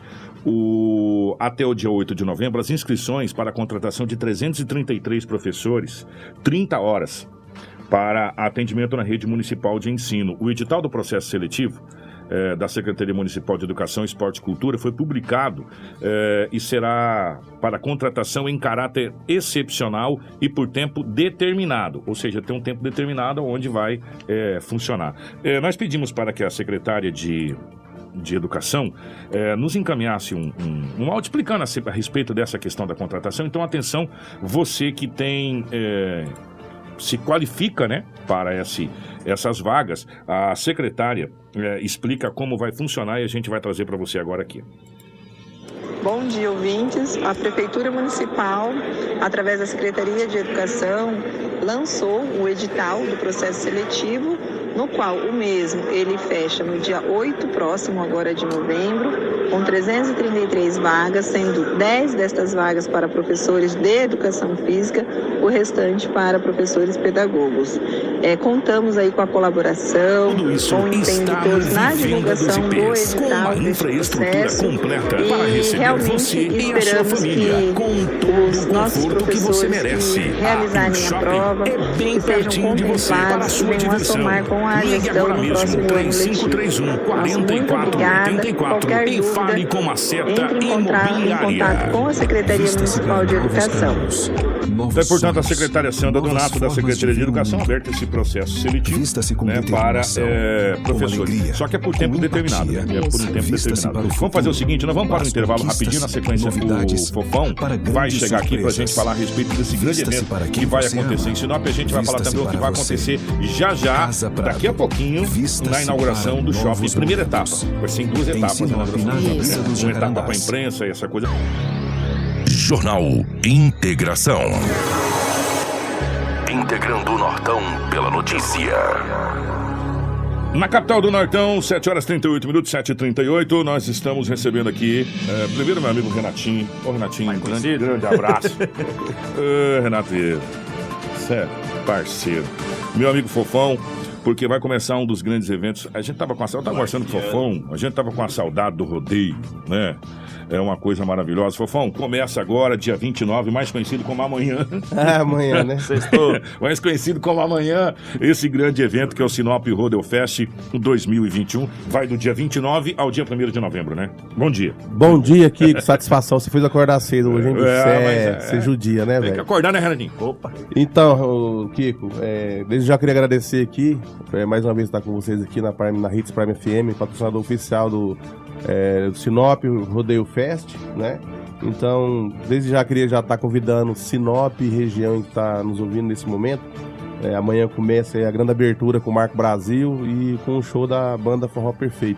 até o dia 8 de novembro, as inscrições para a contratação de 333 professores, 30 horas, para atendimento na rede municipal de ensino. O edital do processo seletivo da Secretaria Municipal de Educação, Esporte e Cultura foi publicado e será para contratação em caráter excepcional e por tempo determinado, ou seja, tem um tempo determinado onde vai funcionar. Nós pedimos para que a secretária de Educação nos encaminhasse um áudio explicando a respeito dessa questão da contratação. Então, atenção, você que tem... se qualifica, né, para essas vagas, a secretária explica como vai funcionar e a gente vai trazer para você agora aqui. Bom dia, ouvintes. A Prefeitura Municipal, através da Secretaria de Educação, lançou o edital do processo seletivo, no qual o mesmo ele fecha no dia 8 próximo, agora de novembro, com 333 vagas, sendo 10 destas vagas para professores de Educação Física, o restante para professores pedagogos. Contamos aí com a colaboração, com o empenho de todos na divulgação do edital desse processo e realmente esperamos que os nossos professores que realizarem a prova sejam contemplados e venham a somar com a gestão no próximo ano letivo. Muito obrigada. Qualquer dúvida, entre em contato com a Secretaria Municipal de Educação. Portanto, a secretária Sandra Donato, da Secretaria de Educação, aberta esse processo seletivo, né, para professores. Só que é por tempo determinado. Vamos fazer o seguinte, nós vamos para um intervalo rapidinho, na sequência o Fofão vai chegar aqui para a gente falar a respeito desse grande evento que vai acontecer em Sinop. A gente vai falar também o que vai acontecer já, daqui a pouquinho, na inauguração do shopping. Primeira etapa, vai ser em 2 etapas a inauguração do Isso. Uma etapa para a imprensa e essa coisa. Jornal Integração. Integrando o Nortão pela notícia. Na capital do Nortão, 7 horas 38 minutos, 7h38, nós estamos recebendo aqui, primeiro meu amigo Renatinho. Ô Renatinho, grande abraço. Renato Vieira, você é parceiro. Meu amigo Fofão, porque vai começar um dos grandes eventos. A gente tava com a saudade, eu tava conversando com o Fofão, a gente tava com a saudade do rodeio, né? É uma coisa maravilhosa. Fofão, começa agora, dia 29, mais conhecido como amanhã. Amanhã, né? Sextou. Mais conhecido como amanhã, esse grande evento que é o Sinop Rodeo Fest 2021. Vai do dia 29 ao dia 1º de novembro, né? Bom dia. Bom dia, Kiko. Satisfação. Você fez acordar cedo hoje, hein? Você judia, né, velho? Tem que acordar, né, Renatinho? Opa. Então, Kiko, desde já queria agradecer aqui, mais uma vez estar com vocês aqui na Hits Prime FM, patrocinador oficial do Sinop Rodeio Fest, né? Então, desde já queria estar convidando Sinop e região que está nos ouvindo nesse momento. Amanhã começa a grande abertura com o Marco Brasil e com o show da banda Forró Perfeito.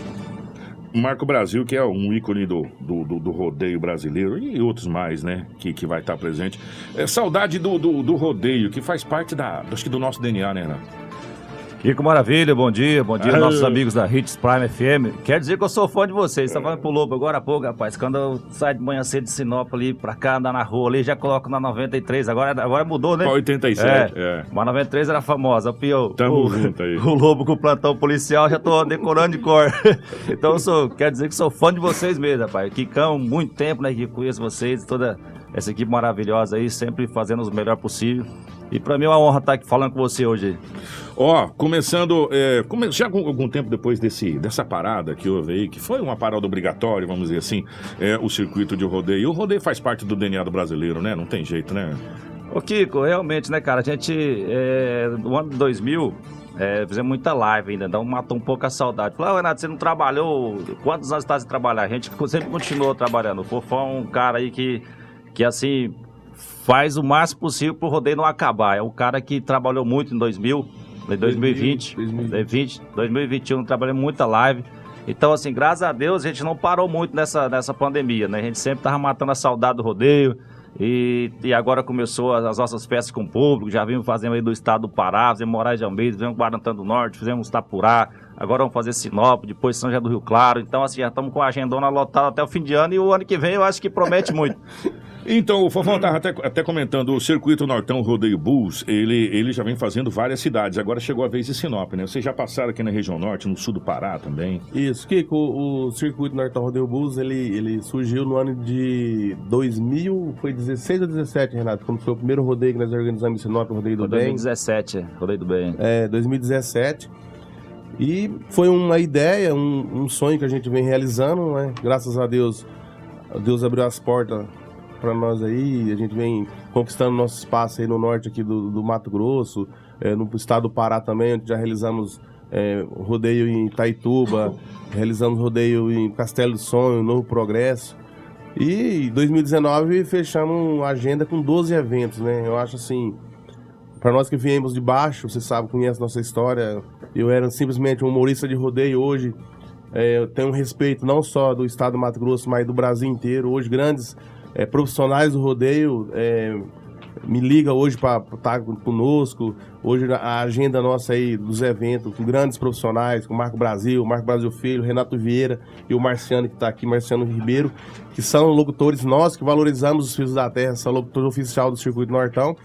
Marco Brasil, que é um ícone do rodeio brasileiro e outros mais, né? Que vai estar presente. Saudade do rodeio, que faz parte acho que do nosso DNA, né, Renato? Kiko Maravilha, bom dia nossos amigos da Hits Prime FM. Quer dizer que eu sou fã de vocês. Você tá falando pro Lobo agora há pouco, rapaz. Quando eu saio de manhã cedo de Sinop ali pra cá, andar na rua ali, já coloco na 93. Agora mudou, né? 87, Mas 93 era famosa. Tamo junto aí. O Lobo com o plantão policial, já tô decorando de cor. Então quer dizer que sou fã de vocês mesmo, rapaz. Kikão, muito tempo, né, que conheço vocês, toda essa equipe maravilhosa aí, sempre fazendo o melhor possível. E pra mim é uma honra estar aqui falando com você hoje. Começando, já algum tempo depois dessa parada que houve aí, que foi uma parada obrigatória, vamos dizer assim, o circuito de rodeio. O rodeio faz parte do DNA do brasileiro, né? Não tem jeito, né? Ô Kiko, realmente, né, cara? A gente, no ano de 2000, fizemos muita live ainda, então matou um pouco a saudade. Falei, Renato, você não trabalhou? Quantos anos está sem trabalhar? A gente sempre continuou trabalhando. O Fofão é um cara aí que assim, faz o máximo possível pro rodeio não acabar. É um cara que trabalhou muito em 2020, 2021, trabalhamos muita live. Então, assim, graças a Deus, a gente não parou muito nessa pandemia, né? A gente sempre tava matando a saudade do rodeio. E agora começou as nossas festas com o público, já vimos fazendo aí do estado do Pará, fizemos Moraes de Almeida, fizemos Guarantã do Norte, fizemos Itapurá, agora vamos fazer Sinop, depois São José do Rio Claro. Então, assim, já estamos com a agendona lotada até o fim de ano e o ano que vem eu acho que promete muito. Então, o Fofão estava até comentando, o Circuito Nortão Rodeio Bulls, ele já vem fazendo várias cidades, agora chegou a vez de Sinop, né? Vocês já passaram aqui na região norte, no sul do Pará também. Isso, Kiko, o Circuito Nortão Rodeio Bulls, ele surgiu no ano de 2000, foi 16 ou 17, Renato, quando foi o primeiro rodeio que nós organizamos em Sinop, o Rodeio do Bem. 2017, Rodeio do Bem. 2017. E foi uma ideia, um sonho que a gente vem realizando, né? Graças a Deus abriu as portas para nós aí, a gente vem conquistando nosso espaço aí no norte aqui do Mato Grosso, no estado do Pará também, onde já realizamos rodeio em Itaituba, realizamos rodeio em Castelo do Sonho, Novo Progresso, e em 2019 fechamos uma agenda com 12 eventos, né? Eu acho assim, para nós que viemos de baixo, você sabe, conhece nossa história, eu era simplesmente um humorista de rodeio, hoje eu tenho um respeito não só do estado do Mato Grosso, mas do Brasil inteiro. Hoje grandes profissionais do rodeio me liga hoje para estar conosco. Hoje a agenda nossa aí dos eventos com grandes profissionais, com o Marco Brasil Filho, Renato Vieira e o Marciano que está aqui, Marciano Ribeiro, que são locutores nós que valorizamos os Filhos da Terra, são locutores oficiais do Circuito Nortão.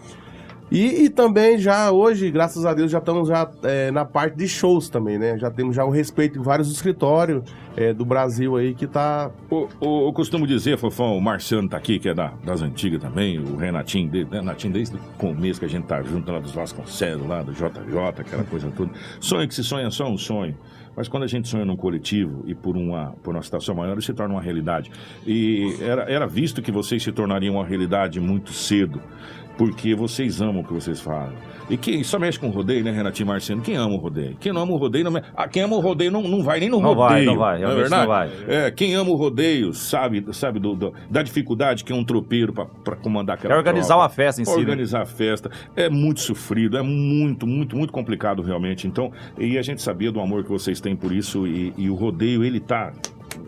E também já hoje, graças a Deus, já estamos na parte de shows também, né? Já temos o respeito de vários escritórios do Brasil aí que tá... Eu costumo dizer, Fofão, o Marciano tá aqui, que é das antigas também, o Renatinho desde o começo que a gente tá junto lá dos Vasconcelos, lá do JJ, aquela coisa toda. Sonho que se sonha é só um sonho. Mas quando a gente sonha num coletivo e por uma situação maior, isso se torna uma realidade. E era visto que vocês se tornariam uma realidade muito cedo, porque vocês amam o que vocês fazem. E quem só mexe com o rodeio, né, Renatinho e Marciano? Quem ama o rodeio? Quem não ama o rodeio, quem ama o rodeio não vai nem no rodeio. Não vai, não é verdade? Não vai. Quem ama o rodeio sabe da dificuldade que é um tropeiro para comandar aquela organizar uma festa em si. Organizar a festa. É muito sofrido, é muito, muito, muito complicado realmente. Então, e a gente sabia do amor que vocês têm por isso e o rodeio, ele tá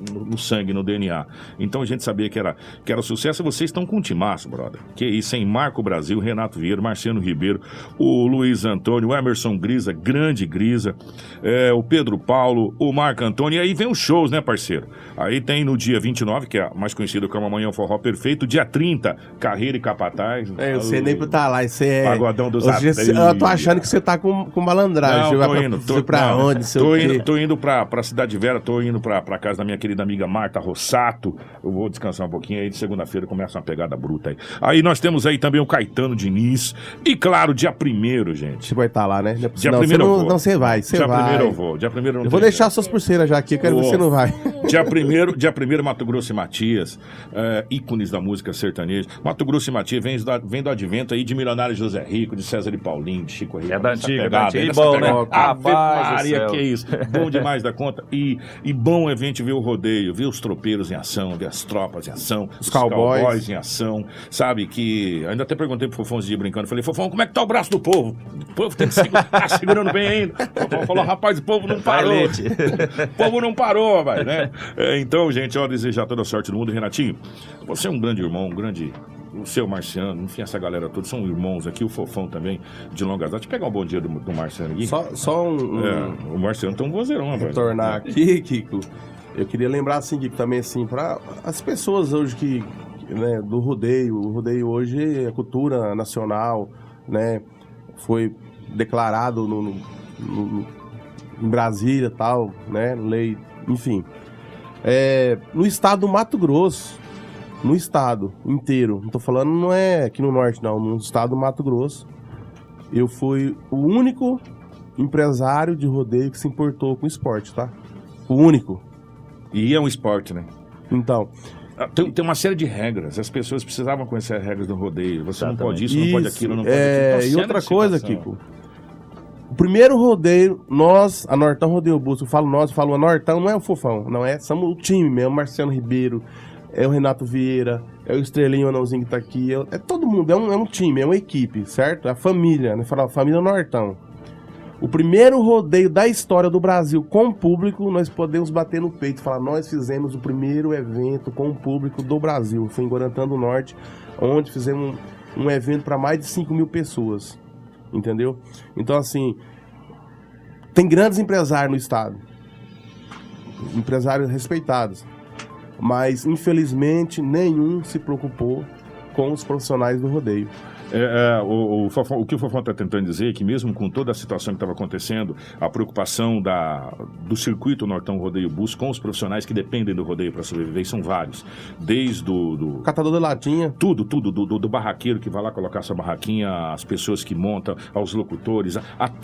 no sangue, no DNA. Então a gente sabia que era sucesso. Vocês estão com um timaço, brother. Que isso, hein? Marco Brasil, Renato Vieira, Marciano Ribeiro, o Luiz Antônio, o Emerson Grisa, grande Grisa, o Pedro Paulo, o Marco Antônio. E aí vem os shows, né, parceiro? Aí tem no dia 29, que é mais conhecido como Amanhã o Forró Perfeito. Dia 30, Carreira e Capataz. Eu sei nem por estar lá. Isso é... Pagodão dos Ateiros. Eu tô achando que você tá com malandragem. Não, tô indo. Tô indo indo pra Cidade Vera, tô indo pra casa da minha querida amiga Marta Rossato. Eu vou descansar um pouquinho aí, de segunda-feira começa uma pegada bruta aí. Aí nós temos aí também o Caetano Diniz. E claro, dia 1º, gente. Você vai estar lá, né? Dia 1º eu vou. Não, você vai. Dia 1º eu vou. Dia 1º não. Eu vou deixar suas pulseiras já aqui, eu quero ver se você não vai. Dia 1º, Mato Grosso e Matias, ícones da música sertaneja. Mato Grosso e Matias vem do advento aí de Milionário José Rico, de César e Paulinho, de Chico Rico. É da antiga, e bom, né? Ave Maria, que isso. Bom demais da conta. E bom é a gente ver o rodeio, ver os tropeiros em ação, ver as tropas em ação, os cowboys em ação, sabe? Que ainda até perguntei pro Fofão dia brincando, falei, Fofão, como é que tá o braço do povo? O povo tem que tá segurando bem ainda. O Fofão falou, rapaz, o povo não parou. O povo não parou, vai, né? Então, gente, eu desejar toda a sorte do mundo. Renatinho, você é um grande irmão, o seu Marciano, enfim, essa galera toda são irmãos aqui, o Fofão também, de longas datas. Deixa eu pegar um bom dia do Marciano aqui. Só o Marciano tá um vozeirão, velho. Retornar aqui, Kiko, eu queria lembrar, assim, Kiko, também, assim, para as pessoas hoje que, né, do rodeio, o rodeio hoje é cultura nacional, né, foi declarado em Brasília e tal, né, lei, enfim. No estado do Mato Grosso, no estado inteiro, não tô falando, não é aqui no norte não, no estado do Mato Grosso, eu fui o único empresário de rodeio que se importou com esporte, tá? O único. E é um esporte, né? Então... Tem uma série de regras, as pessoas precisavam conhecer as regras do rodeio, você não pode isso, não pode aquilo, não pode aquilo. E outra coisa, Kiko, o primeiro rodeio, a Nortão Rodeio Bus, eu falo a Nortão, não é o Fofão, não é, somos o time mesmo, Marciano Ribeiro, é o Renato Vieira, é o Estrelinho, o Anãozinho que tá aqui, é todo mundo, é um time, é uma equipe, certo? É a família, né? Fala, a família Nortão. O primeiro rodeio da história do Brasil com o público, nós podemos bater no peito e falar, nós fizemos o primeiro evento com o público do Brasil, foi em Guarantã do Norte, onde fizemos um evento para mais de 5.000 pessoas, entendeu? Então, assim, tem grandes empresários no estado, empresários respeitados, mas, infelizmente, nenhum se preocupou com os profissionais do rodeio. O que o Fofão está tentando dizer é que mesmo com toda a situação que estava acontecendo, a preocupação do circuito Nortão Rodeio Bus com os profissionais que dependem do rodeio para sobreviver, são vários. Desde do catador de latinha. Tudo, do barraqueiro que vai lá colocar sua barraquinha, as pessoas que montam, aos locutores,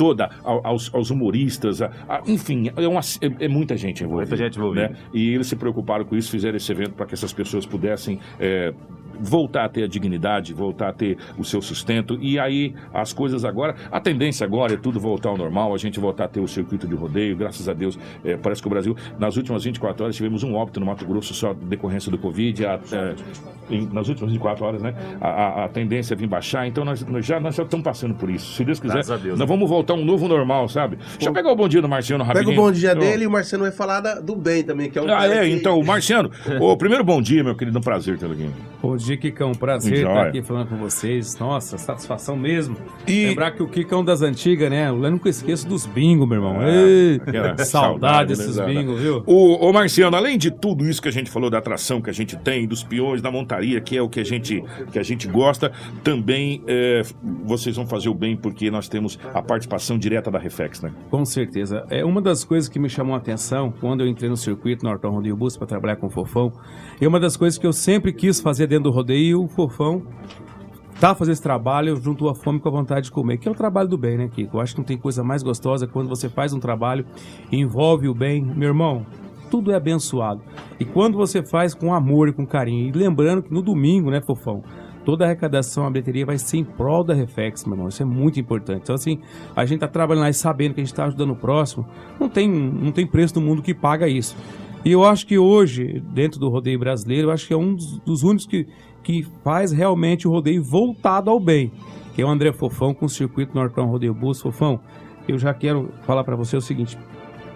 aos humoristas, enfim, é muita gente envolvida. Muita gente envolvida. Né? E eles se preocuparam com isso, fizeram esse evento para que essas pessoas pudessem... voltar a ter a dignidade, voltar a ter o seu sustento, e aí as coisas agora, a tendência agora é tudo voltar ao normal, a gente voltar a ter o circuito de rodeio, graças a Deus, parece que o Brasil, nas últimas 24 horas tivemos um óbito no Mato Grosso só decorrência do Covid, nas últimas 24 horas, né, a tendência é vir baixar, então nós já estamos passando por isso, se Deus quiser, Deus, nós vamos voltar a um novo normal, sabe? Deixa eu pegar o bom dia do Marciano rapidinho. Pega o bom dia dele e o Marciano vai falar do bem também, que é um então, o Marciano, o primeiro bom dia, meu querido, um prazer tê-lo aqui. Bom dia, Kikão, prazer estar aqui falando com vocês. Nossa, satisfação mesmo. Lembrar que o Kiko é um das antigas, né? Eu nunca esqueço dos bingos, meu irmão. Saudade desses bingos, viu? Ô Marciano, além de tudo isso que a gente falou da atração que a gente tem, dos peões, da montaria, que é o que a gente gosta, também vocês vão fazer o bem porque nós temos a participação direta da Refex, né? Com certeza. É uma das coisas que me chamou a atenção quando eu entrei no circuito Nortão Rodeio Bus para trabalhar com o Fofão. E uma das coisas que eu sempre quis fazer dentro do rodeio, o Fofão tá fazendo esse trabalho, juntou a fome com a vontade de comer, que é o trabalho do bem, né, Kiko? Eu acho que não tem coisa mais gostosa quando você faz um trabalho e envolve o bem. Meu irmão, tudo é abençoado. E quando você faz com amor e com carinho. E lembrando que no domingo, né, Fofão, toda a arrecadação, a bilheteria vai ser em prol da Refex, meu irmão. Isso é muito importante. Então, assim, a gente tá trabalhando lá e sabendo que a gente tá ajudando o próximo, não tem preço do mundo que paga isso. E eu acho que hoje, dentro do rodeio brasileiro, eu acho que é um dos únicos que faz realmente o rodeio voltado ao bem, que é o André Fofão com o circuito Nortão Rodeio Bus. Fofão, eu já quero falar para você o seguinte,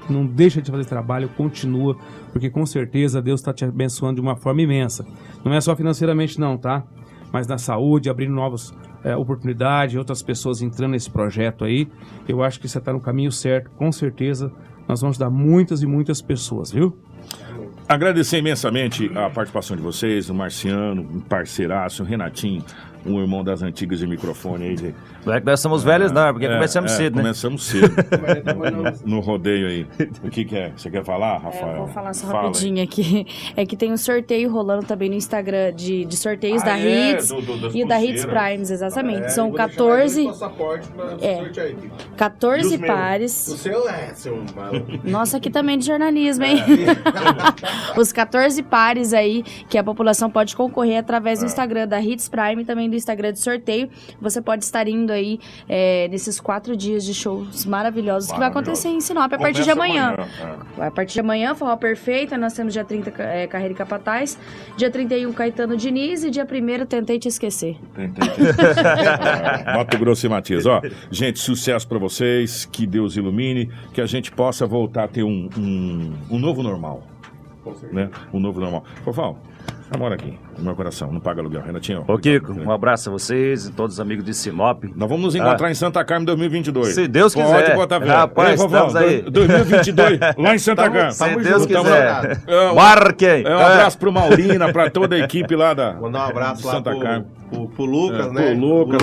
não deixa de fazer trabalho, continua, porque com certeza Deus está te abençoando de uma forma imensa. Não é só financeiramente não, tá? Mas na saúde, abrindo novas oportunidades, outras pessoas entrando nesse projeto aí. Eu acho que você está no caminho certo, com certeza nós vamos dar muitas e muitas pessoas, viu? Agradecer imensamente a participação de vocês, o Marciano, um parceiraço, o Renatinho, um irmão das antigas de microfone aí. Não é que nós somos velhos não, porque começamos cedo, né? Começamos cedo, no rodeio aí. O que é? Você quer falar, Rafael? Eu vou falar só rapidinho aqui. É que tem um sorteio rolando também no Instagram de sorteios da Hits e da Hits Primes, exatamente. São 14... 14 pares. O seu seu maluco. Nossa, aqui também de jornalismo, hein? Os 14 pares aí que a população pode concorrer através do Instagram da Hits Prime e também do Instagram de sorteio. Você pode estar indo aí nesses 4 dias de shows maravilhosos que vai acontecer em Sinop a partir de amanhã. A partir de amanhã, Forró Perfeita, nós temos dia 30 Carreira e Capataz, dia 31 Caetano Diniz e dia 1º Tentei Te Esquecer. Mato Grosso e Matias. Ó, gente, sucesso pra vocês, que Deus ilumine, que a gente possa voltar a ter um novo normal. Né? Um novo normal. Fofão, namora aqui, no meu coração, não paga aluguel. Renatinho. Ô, Kiko, um abraço a vocês e todos os amigos de Sinop. Nós vamos nos encontrar em Santa Carmen em 2022. Se Deus quiser. Pode botar fé. Rapaz, estamos aí. 2022, lá em Santa Carmen. Se Deus quiser. Marquem. Um abraço pro Maurina, pra toda a equipe lá da Mandar um abraço lá Santa Carmen. Pro Lucas, né? Pro Lucas,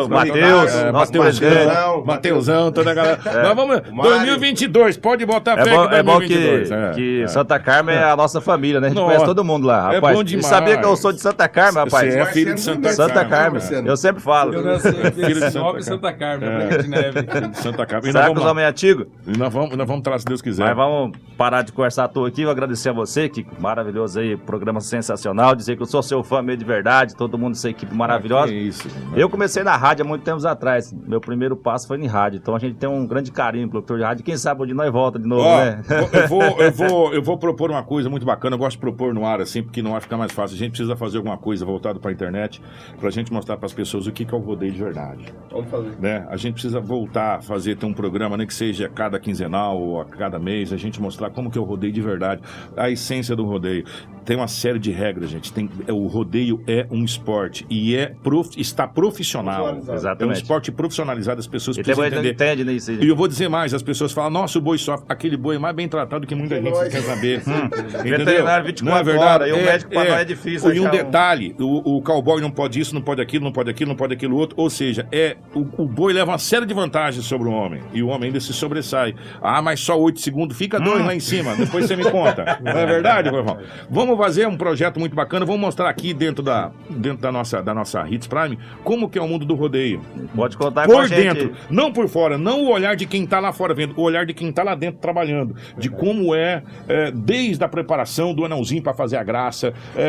Mateusão, toda a galera. Nós vamos, 2022, pode botar fé que 2022. Que Santa Carmen é a nossa família, né? A gente conhece todo mundo lá, rapaz. É bom demais. E sabia que eu sou de Santa Carmen, rapaz? Você é filho de Santa Carmen. Eu sempre falo. Eu nasci filho de Sinop e Santa Carmen, Branca de Neve. Filho de Santa Carmen. Sabe que os homens antigos? E nós vamos trazer, se Deus quiser. Mas vamos parar de conversar à toa aqui. Eu agradecer a você, que maravilhoso aí, programa sensacional. Dizer que eu sou seu fã mesmo de verdade, todo mundo dessa equipe maravilhosa. Que isso. Eu comecei na rádio há muito tempos atrás. Meu primeiro passo foi em rádio. Então a gente tem um grande carinho pelo locutor de rádio. Quem sabe onde nós volta de novo, né? Eu vou propor uma coisa muito bacana. Eu gosto de propor no ar, assim, porque não vai ficar mais fácil. A gente precisa fazer alguma coisa voltada para a internet, pra gente mostrar para as pessoas o que é o rodeio de verdade. Vamos fazer. Né? A gente precisa voltar a fazer, ter um programa, nem que seja a cada quinzenal ou a cada mês, a gente mostrar como que é o rodeio de verdade, a essência do rodeio. Tem uma série de regras, gente. O rodeio é um esporte e está profissional. Exatamente. É um esporte profissionalizado, as pessoas precisam entender. Entende nisso aí. E eu vou dizer mais, as pessoas falam, nossa, o boi sofre. Aquele boi é mais bem tratado que muita gente quer saber. Veterinário 24 horas, e o médico para nós é difícil. E um detalhe, o cowboy não pode isso, não pode aquilo, não pode aquilo, não pode aquilo outro. Ou seja, o boi leva uma série de vantagens sobre o homem. E o homem ainda se sobressai. Ah, mas só 8 segundos, fica 2 lá em cima. Depois você me conta. Não é verdade, meu irmão? Vamos fazer um projeto muito bacana. Vamos mostrar aqui dentro da nossa Hits Prime como que é o mundo do rodeio. Pode contar por com a gente. dentro, não por fora, não o olhar de quem tá lá fora vendo, o olhar de quem tá lá dentro trabalhando, de como desde a preparação do anãozinho para fazer a graça,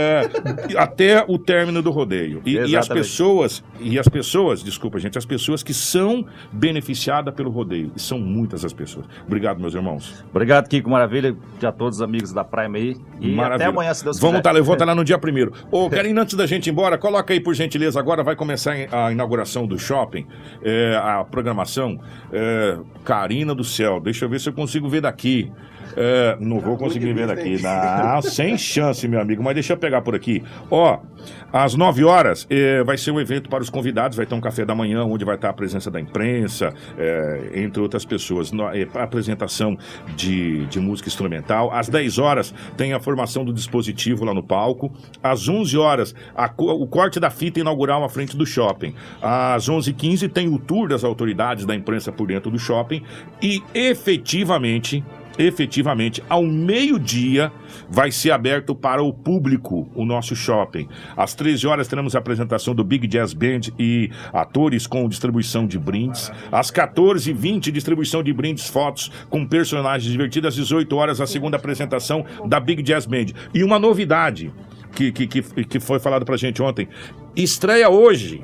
até o término do rodeio. E as pessoas, desculpa gente, as pessoas que são beneficiadas pelo rodeio, e são muitas as pessoas. Obrigado, meus irmãos. Obrigado, Kiko, maravilha, a todos os amigos da Prime aí, e maravilha. Até amanhã, se Deus quiser. Eu vou estar lá no dia 1º. Ô, Karine, antes da gente ir embora, coloca aí, por gentileza, agora vai começar a inauguração do shopping, a programação. Karina do céu, deixa eu ver se eu consigo ver daqui. Não vou conseguir ver daqui. Não, sem chance, meu amigo. Mas deixa eu pegar por aqui. Ó, às 9 horas vai ser um evento para os convidados. Vai ter um café da manhã, onde vai estar a presença da imprensa, entre outras pessoas. A apresentação de música instrumental. Às 10 horas tem a formação do dispositivo lá no palco. Às 11 horas, o corte da fita inaugural à frente do shopping. Às 11h15 tem o tour das autoridades da imprensa por dentro do shopping. E efetivamente, ao meio-dia, vai ser aberto para o público o nosso shopping. Às 13 horas teremos a apresentação do Big Jazz Band e atores com distribuição de brindes. Às 14h20, distribuição de brindes, fotos com personagens divertidos. Às 18 horas, a segunda apresentação da Big Jazz Band. E uma novidade que foi falado pra gente ontem, estreia hoje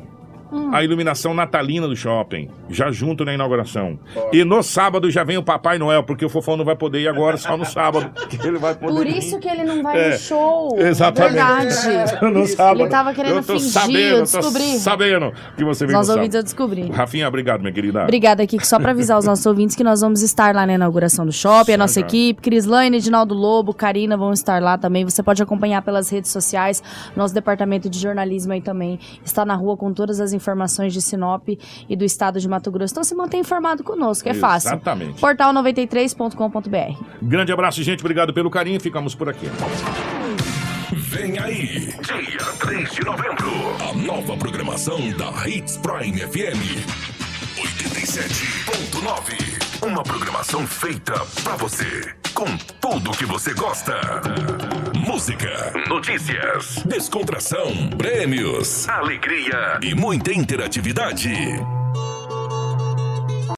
a iluminação natalina do shopping, já junto na inauguração. E no sábado já vem o Papai Noel, porque o Fofão não vai poder ir agora, só no sábado que ele vai poder Por ir. isso que ele não vai no show. Exatamente. Verdade. No sábado. Ele tava querendo fingir, eu descobri. Sabendo que você veio no Nossos sábado. ouvintes eu descobri. Rafinha, obrigado, minha querida. Obrigada, Kiko. Só pra avisar os nossos ouvintes que nós vamos estar lá na inauguração do shopping, a nossa equipe, Crislaine, Edinaldo Lobo, Karina vão estar lá também. Você pode acompanhar pelas redes sociais. Nosso departamento de jornalismo aí também está na rua com todas as informações de Sinop e do estado de Mato Grosso. Então se mantenha informado conosco, é fácil. Exatamente. Portal93.com.br. Grande abraço, gente. Obrigado pelo carinho. Ficamos por aqui. Vem aí, dia 3 de novembro, a nova programação da Hits Prime FM 87.9. Uma programação feita pra você, com tudo que você gosta. Música, notícias, descontração, prêmios, alegria e muita interatividade.